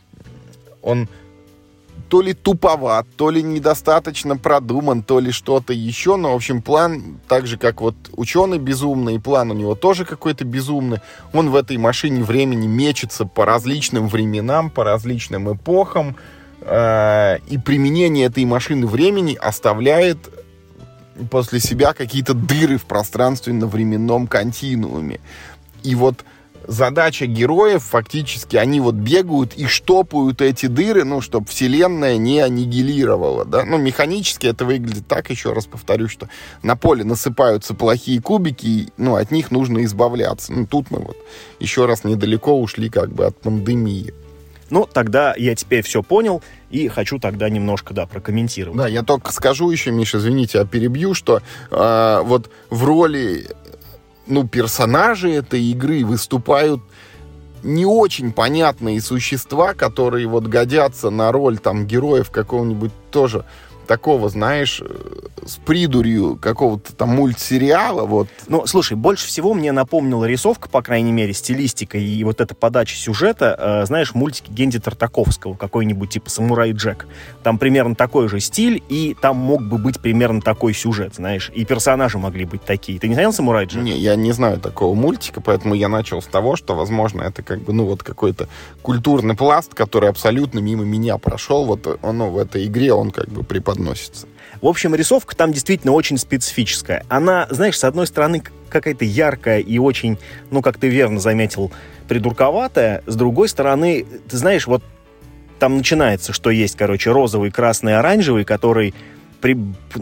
он то ли туповат, то ли недостаточно продуман, то ли что-то еще, но, в общем, план, так же, как вот ученый безумный, план у него тоже какой-то безумный, он в этой машине времени мечется по различным временам, по различным эпохам, э- и применение этой машины времени оставляет после себя какие-то дыры в пространственно-временном континууме. И вот задача героев, фактически, они вот бегают и штопают эти дыры, ну, чтобы вселенная не аннигилировала, да. Ну, механически это выглядит так, еще раз повторю, что на поле насыпаются плохие кубики, и, ну, от них нужно избавляться. Ну, тут мы вот еще раз недалеко ушли как бы от пандемии. Ну, тогда я теперь все понял и хочу тогда немножко, да, прокомментировать. Да, я только скажу еще, Миша, извините, я перебью, что э, вот в роли, ну, персонажей этой игры выступают не очень понятные существа, которые вот годятся на роль там героев какого-нибудь тоже такого, знаешь, с придурью какого-то там мультсериала, вот. Ну, слушай, больше всего мне напомнила рисовка, по крайней мере, стилистика и вот эта подача сюжета, э, знаешь, мультики Генди Тартаковского, какой-нибудь типа «Самурай Джек». Там примерно такой же стиль, и там мог бы быть примерно такой сюжет, знаешь, и персонажи могли быть такие. Ты не смотрел «Самурай Джек»? Не, я не знаю такого мультика, поэтому я начал с того, что, возможно, это как бы, ну, вот какой-то культурный пласт, который абсолютно мимо меня прошел, вот он, ну, в этой игре он как бы преподносится. В общем, рисовка там действительно очень специфическая. Она, знаешь, с одной стороны какая-то яркая и очень, ну, как ты верно заметил, придурковатая. С другой стороны, ты знаешь, вот там начинается, что есть, короче, розовый, красный, оранжевый, который при,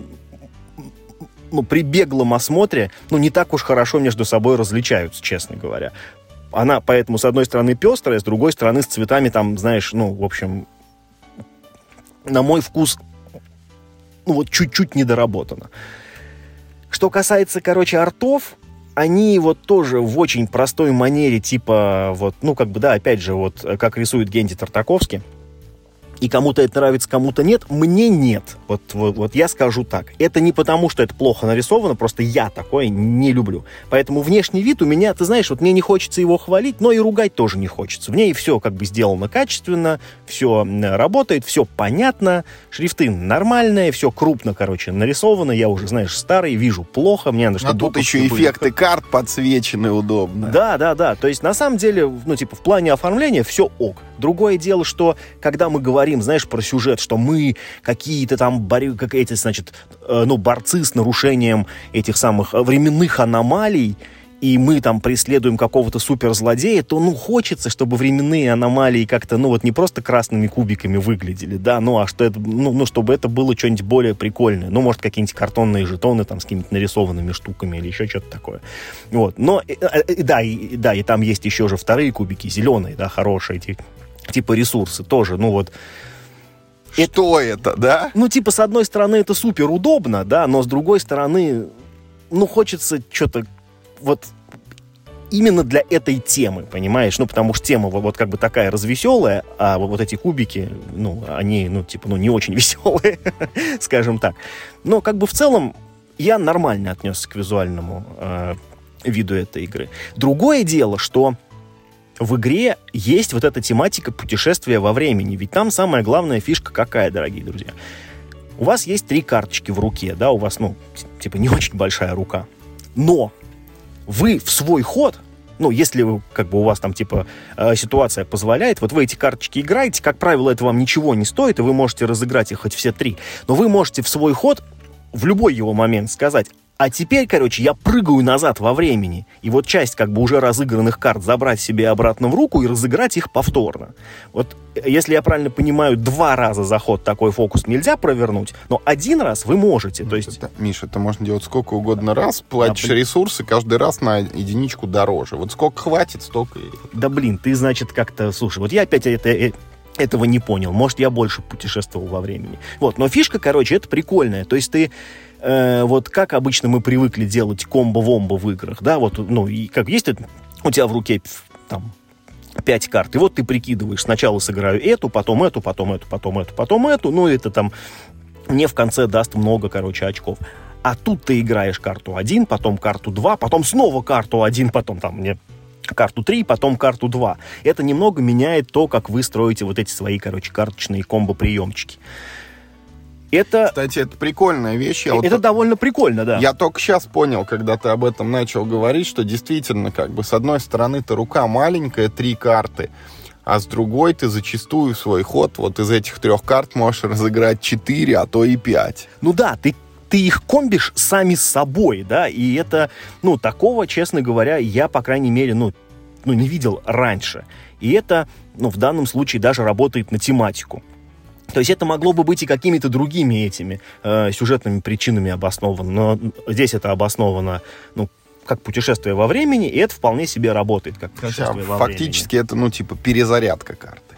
ну, при беглом осмотре, ну, не так уж хорошо между собой различаются, честно говоря. Она поэтому, с одной стороны, пестрая, с другой стороны, с цветами там, знаешь, ну, в общем, на мой вкус, ну, вот чуть-чуть недоработано. Что касается, короче, артов, они вот тоже в очень простой манере, типа, вот, ну, как бы, да, опять же, вот, как рисует Генди Тартаковский. И кому-то это нравится, кому-то нет. Мне нет. Вот, вот, вот я скажу так. Это не потому, что это плохо нарисовано, просто я такое не люблю. Поэтому внешний вид у меня, ты знаешь, вот мне не хочется его хвалить, но и ругать тоже не хочется. В ней все как бы сделано качественно, все работает, все понятно, шрифты нормальные, все крупно, короче, нарисовано. Я уже, знаешь, старый, вижу плохо. Мне надо, а тут еще эффекты были... карт подсвечены удобно. Да, да, да. То есть, на самом деле, ну, типа, в плане оформления все ок. Другое дело, что, когда мы говорим, знаешь, про сюжет, что мы какие-то там борю, как эти, значит, э, ну, борцы с нарушением этих самых временных аномалий, и мы там преследуем какого-то суперзлодея, то, ну, хочется, чтобы временные аномалии как-то, ну, вот не просто красными кубиками выглядели, да, ну, а что это, ну, ну чтобы это было что-нибудь более прикольное. Ну, может, какие-нибудь картонные жетоны там с какими-то нарисованными штуками или еще что-то такое. Вот, но, э, э, да, и, да, и там есть еще же вторые кубики, зеленые, да, хорошие, эти, типа ресурсы тоже, ну, вот. Что это, это, да? Ну, типа, с одной стороны, это супер удобно, да, но с другой стороны, ну, хочется что-то вот именно для этой темы, понимаешь? Ну, потому что тема вот как бы такая развеселая, а вот эти кубики, ну, они, ну, типа, ну, не очень веселые, скажем так. Но как бы в целом я нормально отнесся к визуальному э, виду этой игры. Другое дело, что в игре есть вот эта тематика путешествия во времени. Ведь там самая главная фишка какая, дорогие друзья? У вас есть три карточки в руке, да, у вас, ну, типа, не очень большая рука. Но вы в свой ход, ну, если вы, как бы у вас там, типа, э, ситуация позволяет, вот вы эти карточки играете, как правило, это вам ничего не стоит, и вы можете разыграть их хоть все три. Но вы можете в свой ход в любой его момент сказать: а теперь, короче, я прыгаю назад во времени. И вот часть как бы уже разыгранных карт забрать себе обратно в руку и разыграть их повторно. Вот, если я правильно понимаю, два раза за ход такой фокус нельзя провернуть, но один раз вы можете. То есть... это, Миша, это можно делать сколько угодно раз, платишь да, ресурсы каждый раз на единичку дороже. Вот сколько хватит, столько и... Да блин, ты, значит, как-то... Слушай, вот я опять это... этого не понял. Может, я больше путешествовал во времени. Вот, но фишка, короче, это прикольная. То есть ты... Э, вот как обычно мы привыкли делать комбо-вомбо в играх, да, вот, ну, и как есть у тебя в руке там пять карт, и вот ты прикидываешь, сначала сыграю эту, потом эту, потом эту, потом эту, потом эту, ну, это там мне в конце даст много, короче, очков. А тут ты играешь карту один, потом карту два, потом снова карту один, потом там мне карту три, потом карту два. Это немного меняет то, как вы строите вот эти свои, короче, карточные комбо-приемчики. Это... Кстати, это прикольная вещь. Я это вот довольно прикольно, да. Я только сейчас понял, когда ты об этом начал говорить, что действительно, как бы, с одной стороны-то рука маленькая, три карты, а с другой ты зачастую свой ход вот из этих трех карт можешь разыграть четыре, а то и пять. Ну да, ты, ты их комбишь сами с собой, да, и это, ну, такого, честно говоря, я, по крайней мере, ну, ну не видел раньше. И это, ну, в данном случае даже работает на тематику. То есть это могло бы быть и какими-то другими этими э, сюжетными причинами обосновано, но здесь это обосновано, ну, как путешествие во времени, и это вполне себе работает как путешествие Хотя, во фактически времени. Это, ну, типа, перезарядка карты.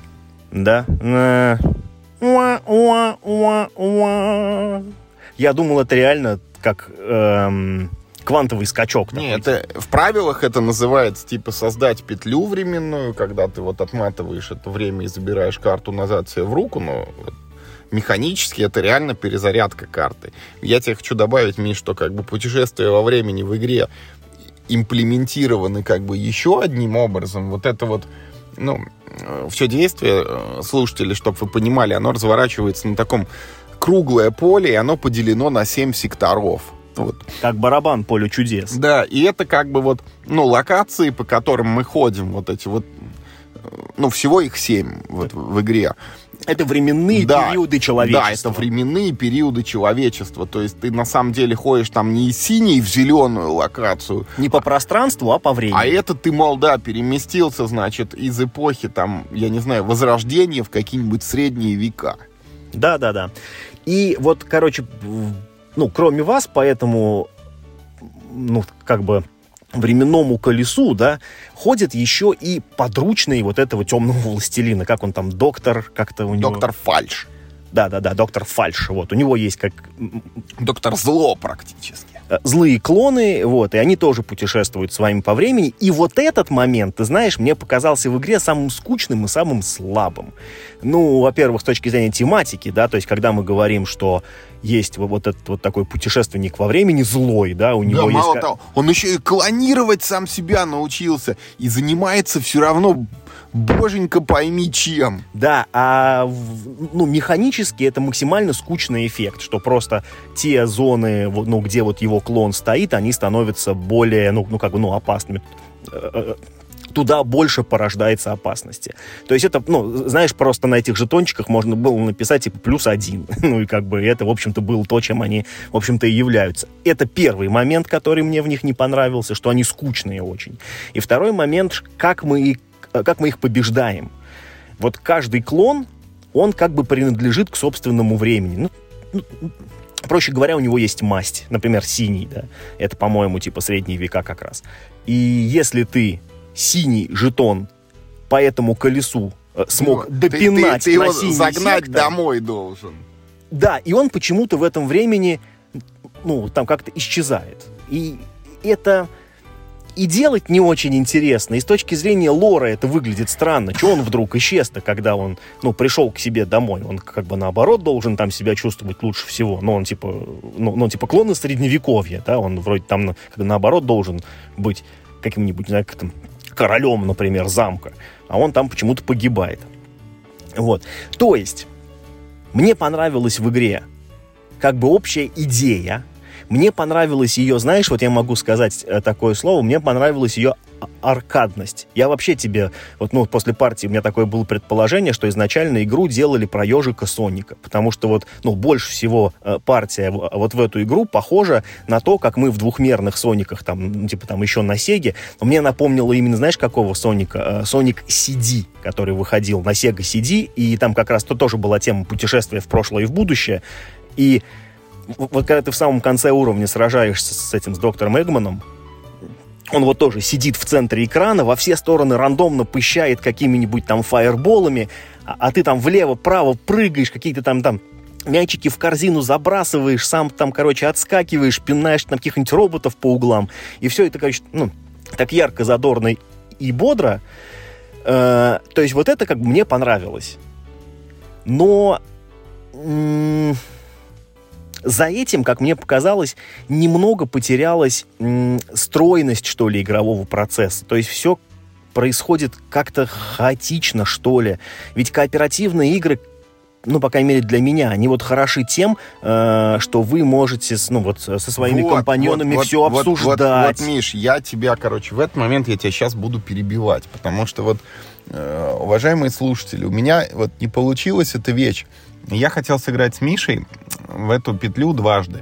Да. Э, уа, уа, уа, уа. Я думал, это реально как эм, квантовый скачок. Нет, это, в правилах это называется, типа, создать петлю временную, когда ты вот отматываешь это время и забираешь карту назад себе в руку, но механически это реально перезарядка карты. Я тебе хочу добавить, Миш, что как бы путешествия во времени в игре имплементированы как бы еще одним образом. Вот это вот, ну, все действие, слушатели, чтобы вы понимали, оно разворачивается на таком круглое поле, и оно поделено на семь секторов. Вот. Как барабан поле чудес. Да, и это как бы вот, ну, локации, по которым мы ходим, вот эти вот, ну, всего их семь вот в игре. Это временные да, периоды человечества. Да, это временные периоды человечества. То есть ты на самом деле ходишь там не из синей в зеленую локацию. Не по пространству, а по времени. А это ты, мол, да, переместился, значит, из эпохи, там, я не знаю, Возрождения в какие-нибудь средние века. Да-да-да. И вот, короче, ну, кроме вас, поэтому, ну, как бы временному колесу, да, ходят еще и подручные вот этого темного властелина. Как он там, доктор, как-то у него... Доктор Фальш. Да-да-да, доктор Фальш. Вот, у него есть как... Доктор Зло практически. Злые клоны, вот, и они тоже путешествуют с вами по времени. И вот этот момент, ты знаешь, мне показался в игре самым скучным и самым слабым. Ну, во-первых, с точки зрения тематики, да, то есть, когда мы говорим, что есть вот этот вот такой путешественник во времени злой, да, у него да, есть... мало того, он еще и клонировать сам себя научился и занимается все равно... Боженька пойми чем. Да, а ну, механически это максимально скучный эффект, что просто те зоны, ну, где вот его клон стоит, они становятся более, ну, ну как бы, ну, опасными. Туда больше порождается опасности. То есть это, ну, знаешь, просто на этих жетончиках можно было написать, типа, плюс один. Ну, и как бы это, в общем-то, было то, чем они, в общем-то, и являются. Это первый момент, который мне в них не понравился, что они скучные очень. И второй момент, как мы их как мы их побеждаем. Вот каждый клон, он как бы принадлежит к собственному времени. Ну, ну, проще говоря, у него есть масть. Например, синий, да. Это, по-моему, типа средние века как раз. И если ты синий жетон по этому колесу э, смог ну, допинать ты, ты, ты на его синий загнать сектор, домой должен. Да, и он почему-то в этом времени, ну, там как-то исчезает. И это... И делать не очень интересно. И с точки зрения лора это выглядит странно. Чего он вдруг исчез-то, когда он, ну, пришел к себе домой? Он как бы наоборот должен там себя чувствовать лучше всего. Но он типа, ну, ну типа клон из средневековья, да? Он вроде там как бы, наоборот должен быть каким-нибудь, не знаю, как там, королем, например, замка. А он там почему-то погибает. Вот. То есть, мне понравилась в игре как бы общая идея. Мне понравилась ее, знаешь, вот я могу сказать такое слово, мне понравилась ее аркадность. Я вообще тебе, вот, ну, после партии у меня такое было предположение, что изначально игру делали про ежика Соника, потому что вот, ну, больше всего э, партия в, вот в эту игру похожа на то, как мы в двухмерных Сониках, там, ну, типа, там, еще на Сеге, но мне напомнило именно, знаешь, какого Соника? Соник си ди, который выходил на Sega си ди, и там как раз то тоже была тема путешествия в прошлое и в будущее, и вот когда ты в самом конце уровня сражаешься с этим, с доктором Эгманом, он вот тоже сидит в центре экрана, во все стороны рандомно пыщает какими-нибудь там фаерболами, а, а ты там влево-право прыгаешь, какие-то там, там мячики в корзину забрасываешь, сам там, короче, отскакиваешь, пинаешь там каких-нибудь роботов по углам. И все это, короче, ну, так ярко, задорно и бодро. Э, то есть вот это как бы мне понравилось. Но... М- За этим, как мне показалось, немного потерялась м, стройность, что ли, игрового процесса. То есть все происходит как-то хаотично, что ли. Ведь кооперативные игры, ну, по крайней мере, для меня, они вот хороши тем, э, что вы можете, ну, вот со своими вот, компаньонами вот, все вот, обсуждать. Вот, вот, вот, Миш, я тебя, короче, в этот момент я тебя сейчас буду перебивать, потому что вот, э, уважаемые слушатели, у меня вот не получилась эта вещь. Я хотел сыграть с Мишей в эту петлю дважды.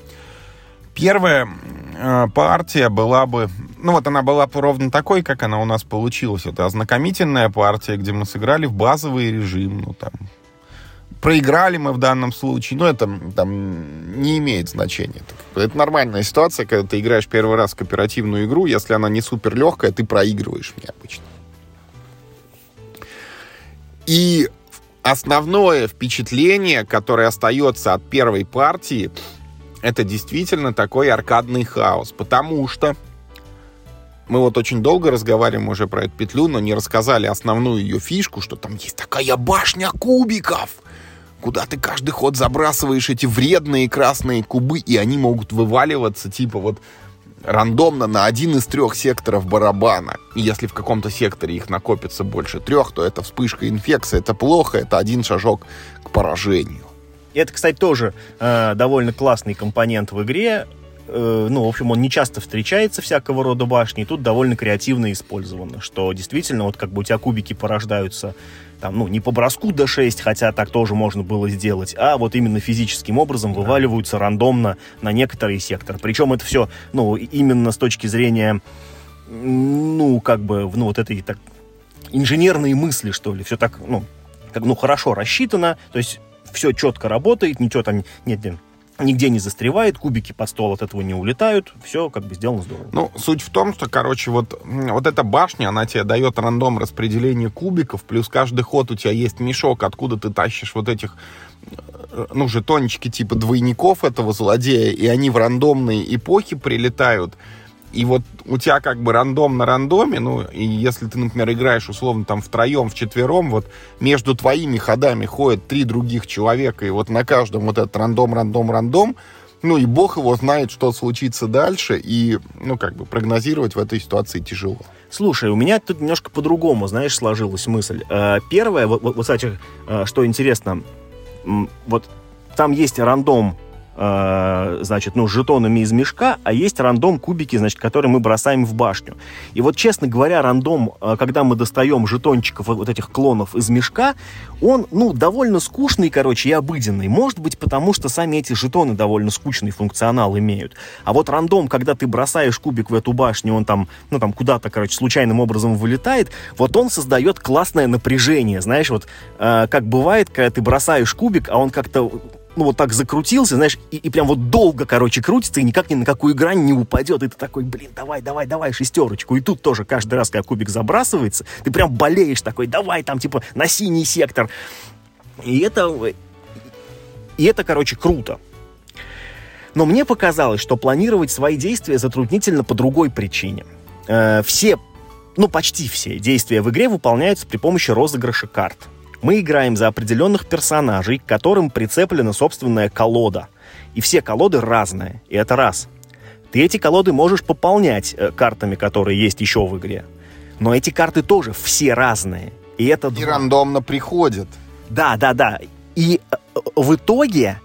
Первая э, партия была бы... Ну вот она была бы ровно такой, как она у нас получилась. Это ознакомительная партия, где мы сыграли в базовый режим. Ну там... Проиграли мы в данном случае. Но это там не имеет значения. Это нормальная ситуация, когда ты играешь первый раз в кооперативную игру. Если она не супер легкая, ты проигрываешь мне обычно. И... основное впечатление, которое остается от первой партии, это действительно такой аркадный хаос, потому что мы вот очень долго разговариваем уже про эту петлю, но не рассказали основную ее фишку, что там есть такая башня кубиков, куда ты каждый ход забрасываешь эти вредные красные кубы, и они могут вываливаться типа вот рандомно на один из трех секторов барабана. И если в каком-то секторе их накопится больше трех, то это вспышка инфекции, это плохо, это один шажок к поражению. Это, кстати, тоже э, довольно классный компонент в игре. Э, ну, в общем, он не часто встречается, всякого рода башни, и тут довольно креативно использовано, что действительно, вот как бы у тебя кубики порождаются там, ну, не по броску дэ шесть, хотя так тоже можно было сделать, а вот именно физическим образом да. вываливаются рандомно на некоторые секторы. Причем это все, ну, именно с точки зрения, ну, как бы, ну, вот этой так, инженерной мысли, что ли, все так, ну, как, ну, хорошо рассчитано, то есть все четко работает, ничего там нет, нет, нигде не застревает, кубики под стол от этого не улетают, все как бы сделано здорово. Ну, суть в том, что, короче, вот, вот эта башня, она тебе дает рандом распределения кубиков, плюс каждый ход у тебя есть мешок, откуда ты тащишь вот этих, ну, жетончики типа двойников этого злодея, и они в рандомные эпохи прилетают. И вот у тебя как бы рандом на рандоме, ну, и если ты, например, играешь условно там втроем, вчетвером, вот между твоими ходами ходят три других человека, и вот на каждом вот этот рандом, рандом, рандом, ну, и бог его знает, что случится дальше, и, ну, как бы прогнозировать в этой ситуации тяжело. Слушай, у меня тут немножко по-другому, знаешь, сложилась мысль. Первое, вот, вот, кстати, что интересно, вот там есть рандом, значит, ну, с жетонами из мешка, а есть рандом кубики, значит, которые мы бросаем в башню. И вот, честно говоря, рандом, когда мы достаем жетончиков, вот этих клонов из мешка, он, ну, довольно скучный, короче, и обыденный. Может быть, потому что сами эти жетоны довольно скучный функционал имеют. А вот рандом, когда ты бросаешь кубик в эту башню, он там, ну, там куда-то, короче, случайным образом вылетает, вот он создает классное напряжение. Знаешь, вот э, как бывает, когда ты бросаешь кубик, а он как-то ну, вот так закрутился, знаешь, и, и прям вот долго, короче, крутится, и никак ни на какую грань не упадет, и ты такой, блин, давай, давай, давай, шестерочку. И тут тоже каждый раз, когда кубик забрасывается, ты прям болеешь такой, давай, там, типа, на синий сектор. И это, и это, короче, круто. Но мне показалось, что планировать свои действия затруднительно по другой причине. Э, все, ну, почти все действия в игре выполняются при помощи розыгрыша карт. Мы играем за определенных персонажей, к которым прицеплена собственная колода. И все колоды разные. И это раз. Ты эти колоды можешь пополнять э, картами, которые есть еще в игре. Но эти карты тоже все разные. И это... И рандомно приходят. Да, да, да. И э, в итоге,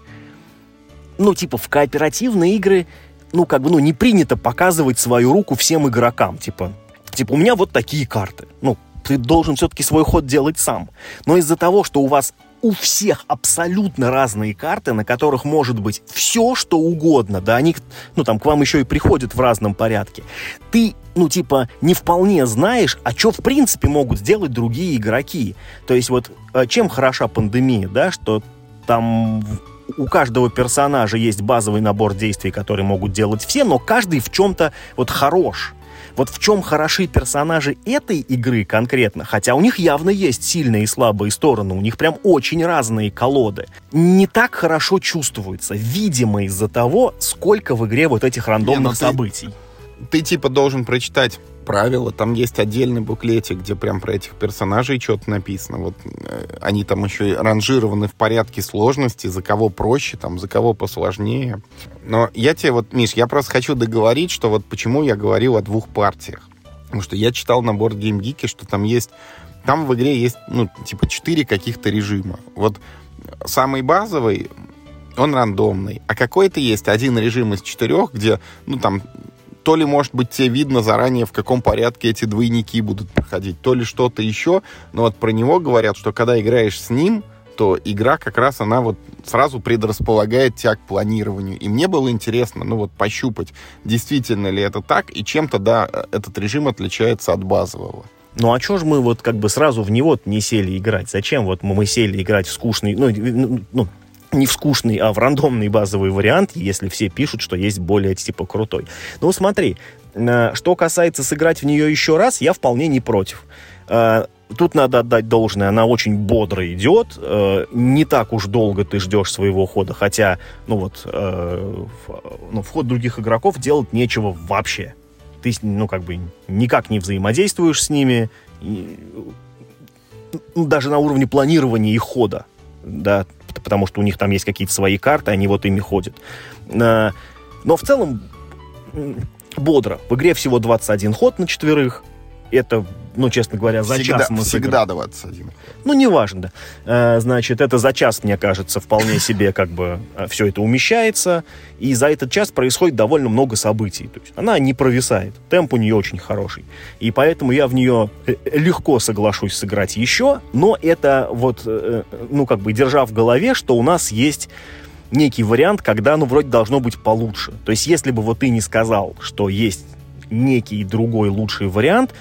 ну, типа, в кооперативные игры, ну, как бы, ну, не принято показывать свою руку всем игрокам. Типа, типа, у меня вот такие карты. Ну, ты должен все-таки свой ход делать сам. Но из-за того, что у вас у всех абсолютно разные карты, на которых может быть все, что угодно, да, они, ну, там, к вам еще и приходят в разном порядке, ты, ну, типа, не вполне знаешь, а что, в принципе, могут сделать другие игроки. То есть вот чем хороша пандемия, да, что там у каждого персонажа есть базовый набор действий, которые могут делать все, но каждый в чем-то вот хорош. Вот в чем хороши персонажи этой игры конкретно, хотя у них явно есть сильные и слабые стороны, у них прям очень разные колоды, не так хорошо чувствуется, видимо, из-за того, сколько в игре вот этих рандомных Не, ну событий. Ты, ты типа должен прочитать правила, там есть отдельный буклетик, где прям про этих персонажей что-то написано. Вот э, они там еще и ранжированы в порядке сложности, за кого проще, там, за кого посложнее. Но я тебе вот, Миш, я просто хочу договорить, что вот почему я говорил о двух партиях. Потому что я читал на Board Game Geek, что там есть, там в игре есть, ну, типа, четыре каких-то режима. Вот самый базовый, он рандомный, а какой-то есть один режим из четырех, где, ну, там, то ли, может быть, тебе видно заранее, в каком порядке эти двойники будут проходить, то ли что-то еще. Но вот про него говорят, что когда играешь с ним, то игра как раз, она вот сразу предрасполагает тебя к планированию. И мне было интересно, ну вот, пощупать, действительно ли это так, и чем-то, да, этот режим отличается от базового. Ну а чё ж мы вот как бы сразу в него не сели играть? Зачем вот мы сели играть в скучный, ну, ну не в скучный, а в рандомный базовый вариант, если все пишут, что есть более, типа, крутой. Ну, смотри, что касается сыграть в нее еще раз, я вполне не против. тут надо отдать должное, она очень бодро идет, э, не так уж долго ты ждешь своего хода, хотя, ну вот, э, в, ну, в ход других игроков делать нечего вообще. Ты, ну, как бы, никак не взаимодействуешь с ними, и, ну, даже на уровне планирования их хода, да, потому что у них там есть какие-то свои карты, они вот ими ходят. Э, но в целом бодро. В игре всего двадцать один ход на четверых. Это, ну, честно говоря, за всегда, час мы всегда двадцать один. Ну, неважно, да. А, значит, это за час, мне кажется, вполне себе как бы все это умещается, и за этот час происходит довольно много событий. То есть она не провисает, темп у нее очень хороший. И поэтому я в нее легко соглашусь сыграть еще, но это вот, ну, как бы держа в голове, что у нас есть некий вариант, когда, ну, вроде должно быть получше. То есть если бы вот ты не сказал, что есть некий другой лучший вариант,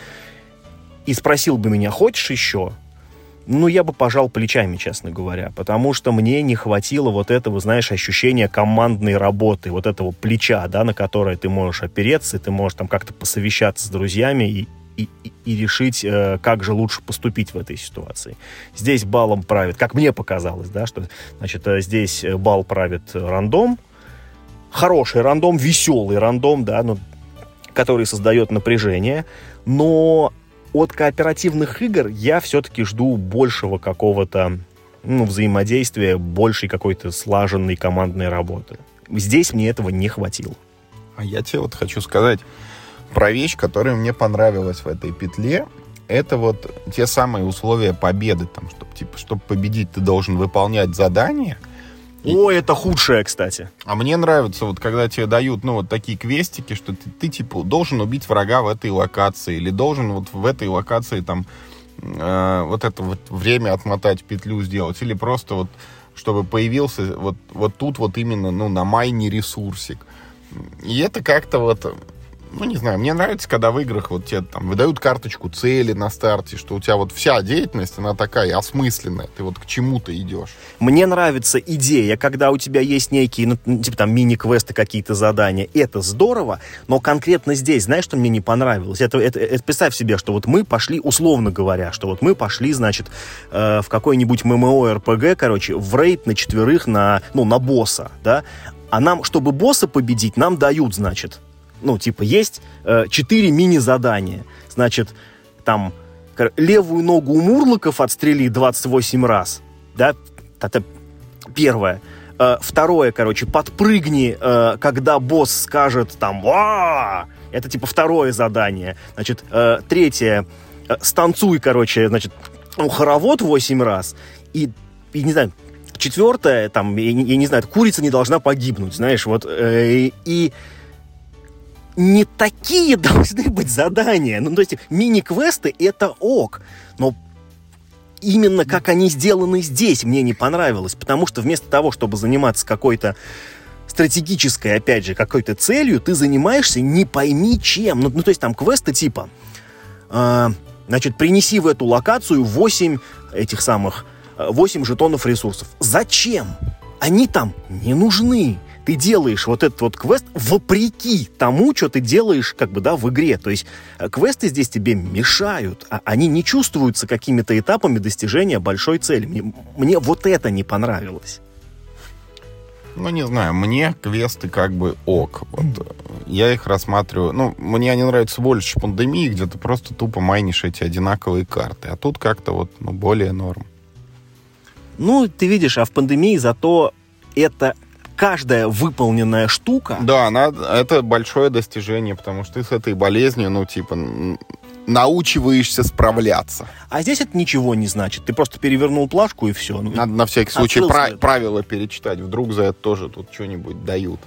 и спросил бы меня, хочешь еще? Ну, я бы пожал плечами, честно говоря, потому что мне не хватило вот этого, знаешь, ощущения командной работы, вот этого плеча, да, на которое ты можешь опереться, и ты можешь там как-то посовещаться с друзьями и, и, и решить, э, как же лучше поступить в этой ситуации. Здесь балом правит, как мне показалось, да, что, значит, здесь бал правит рандом, хороший рандом, веселый рандом, да, ну, который создает напряжение, но от кооперативных игр я все-таки жду большего какого-то, ну, взаимодействия, большей какой-то слаженной командной работы. Здесь мне этого не хватило. А я тебе вот хочу сказать про вещь, которая мне понравилась в этой петле. Это вот те самые условия победы, там, чтобы, типа, чтобы победить, ты должен выполнять задания. И... О, это худшее, кстати. А мне нравится, вот когда тебе дают, ну, вот такие квестики, что ты, ты типа, должен убить врага в этой локации, или должен вот в этой локации, там, э, вот это вот время отмотать, петлю сделать, или просто вот, чтобы появился вот, вот тут вот именно, ну, на майне ресурсик. И это как-то вот... Ну, не знаю, мне нравится, когда в играх вот тебе там выдают карточку цели на старте, что у тебя вот вся деятельность, она такая осмысленная, ты вот к чему-то идешь. Мне нравится идея, когда у тебя есть некие, ну, типа там мини-квесты, какие-то задания, это здорово, но конкретно здесь, знаешь, что мне не понравилось? Это, это, это представь себе, что вот мы пошли, условно говоря, что вот мы пошли, значит, э, в какой-нибудь эм эм о эр пи джи, короче, в рейд на четверых, на, ну, на босса, да, а нам, чтобы босса победить, нам дают, значит, ну, типа, есть э, четыре мини-задания. Значит, там, левую ногу у мурлоков отстрели двадцать восемь раз. Да? Это первое. Э, второе, короче, подпрыгни, э, когда босс скажет там «Ва!». Это, типа, второе задание. Значит, э, третье. Э, станцуй, короче, значит, ну, хоровод восемь раз. И, и, не знаю, четвертое, там, я, я не знаю, курица не должна погибнуть, знаешь, вот. Э, и... Не такие должны быть задания. Ну, то есть мини-квесты — это ок. Но именно как они сделаны здесь, мне не понравилось. Потому что вместо того, чтобы заниматься какой-то стратегической, опять же, какой-то целью, ты занимаешься не пойми чем. Ну, ну то есть там квесты типа э, значит, принеси в эту локацию восемь этих самых, восемь жетонов ресурсов. Зачем? Они там не нужны. Ты делаешь вот этот вот квест вопреки тому, что ты делаешь, как бы, да, в игре. То есть квесты здесь тебе мешают, а они не чувствуются какими-то этапами достижения большой цели. Мне, мне вот это не понравилось. Ну, не знаю, мне квесты как бы ок. Вот. Я их рассматриваю... Ну, мне они нравятся больше пандемии, где ты просто тупо майнишь эти одинаковые карты. А тут как-то вот, ну, более норм. Ну, ты видишь, а в пандемии зато это... Каждая выполненная штука... Да, она, это большое достижение, потому что ты с этой болезнью, ну, типа, научиваешься справляться. А здесь это ничего не значит. Ты просто перевернул плашку и все. Надо на всякий случай пра- правила перечитать. Вдруг за это тоже тут что-нибудь дают.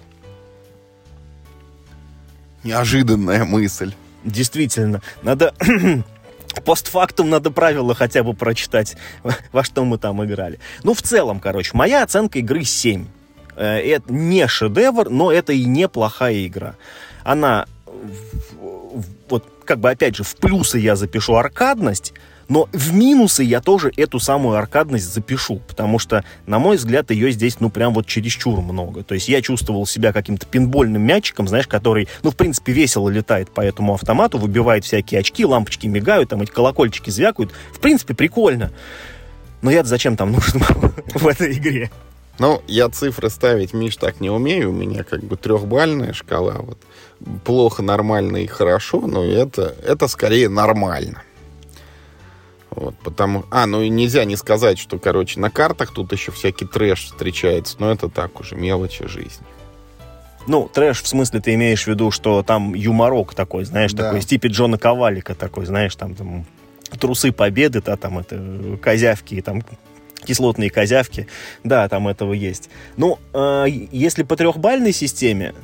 Неожиданная мысль. Действительно. Надо... Постфактум надо правила хотя бы прочитать, во что мы там играли. Ну, в целом, короче, моя оценка игры семь. Это не шедевр, но это и неплохая игра. Она, вот, как бы, опять же, в плюсы я запишу аркадность, Но в минусы я тоже эту самую аркадность запишу, потому что, на мой взгляд, ее здесь, ну, прям вот чересчур много. То есть я чувствовал себя каким-то пинбольным мячиком, знаешь, который, ну, в принципе, весело летает по этому автомату, выбивает всякие очки, лампочки мигают, там эти колокольчики звякают. В принципе, прикольно. Но я-то зачем там нужен в этой игре? Ну, я цифры ставить, Миш, так не умею. У меня как бы трехбальная шкала. Вот. Плохо, нормально и хорошо, но это, это скорее нормально. Вот, потому... А, ну и нельзя не сказать, что, короче, на картах тут еще всякий трэш встречается, но это так уже, мелочи жизни. Ну, трэш, в смысле, ты имеешь в виду, что там юморок такой, знаешь, да. такой, в типе Джона Ковалика такой, знаешь, там, там трусы победы, да, там это, козявки, там, кислотные козявки, да, там этого есть. Ну, э, если по трехбальной системе,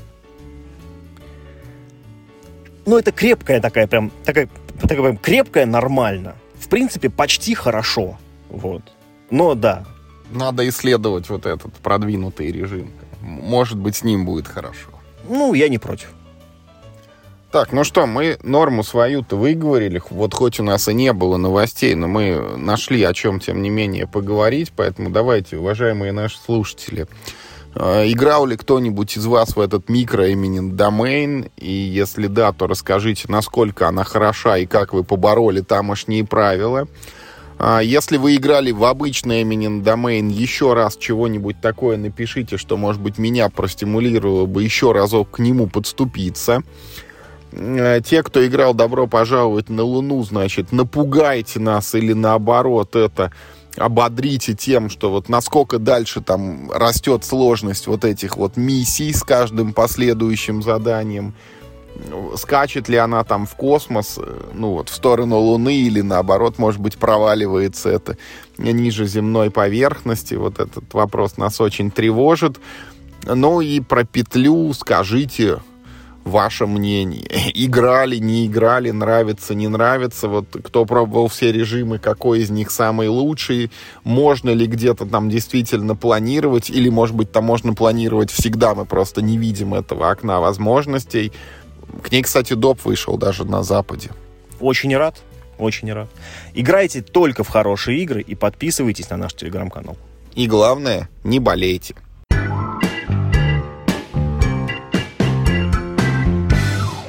ну, это крепкая такая, прям, такая, такая прям крепкая, нормально. В принципе, почти хорошо. Вот. Но да. Надо исследовать вот этот продвинутый режим. Может быть, с ним будет хорошо. Ну, я не против. Так, ну что, мы норму свою-то выговорили. Вот хоть у нас и не было новостей, но мы нашли о чем, тем не менее, поговорить. Поэтому давайте, уважаемые наши слушатели, играл ли кто-нибудь из вас в этот микро-eminent domain? И если да, то расскажите, насколько она хороша и как вы побороли тамошние правила. Если вы играли в обычный eminent domain, еще раз чего-нибудь такое напишите, что, может быть, меня простимулировало бы еще разок к нему подступиться. Те, кто играл, добро пожаловать на Луну, значит, напугайте нас или наоборот это... ободрите тем, что вот насколько дальше там растет сложность вот этих вот миссий с каждым последующим заданием. Скачет ли она там в космос, ну вот, в сторону Луны, или наоборот, может быть, проваливается это ниже земной поверхности. Вот этот вопрос нас очень тревожит. Ну и про петлю скажите ваше мнение. Играли, не играли, нравится, не нравится. Вот кто пробовал все режимы, какой из них самый лучший? Можно ли где-то там действительно планировать? Или, может быть, там можно планировать всегда, мы просто не видим этого окна возможностей. К ней, кстати, доп вышел даже на Западе. Очень рад, очень рад. Играйте только в хорошие игры и подписывайтесь на наш телеграм-канал. И главное, не болейте.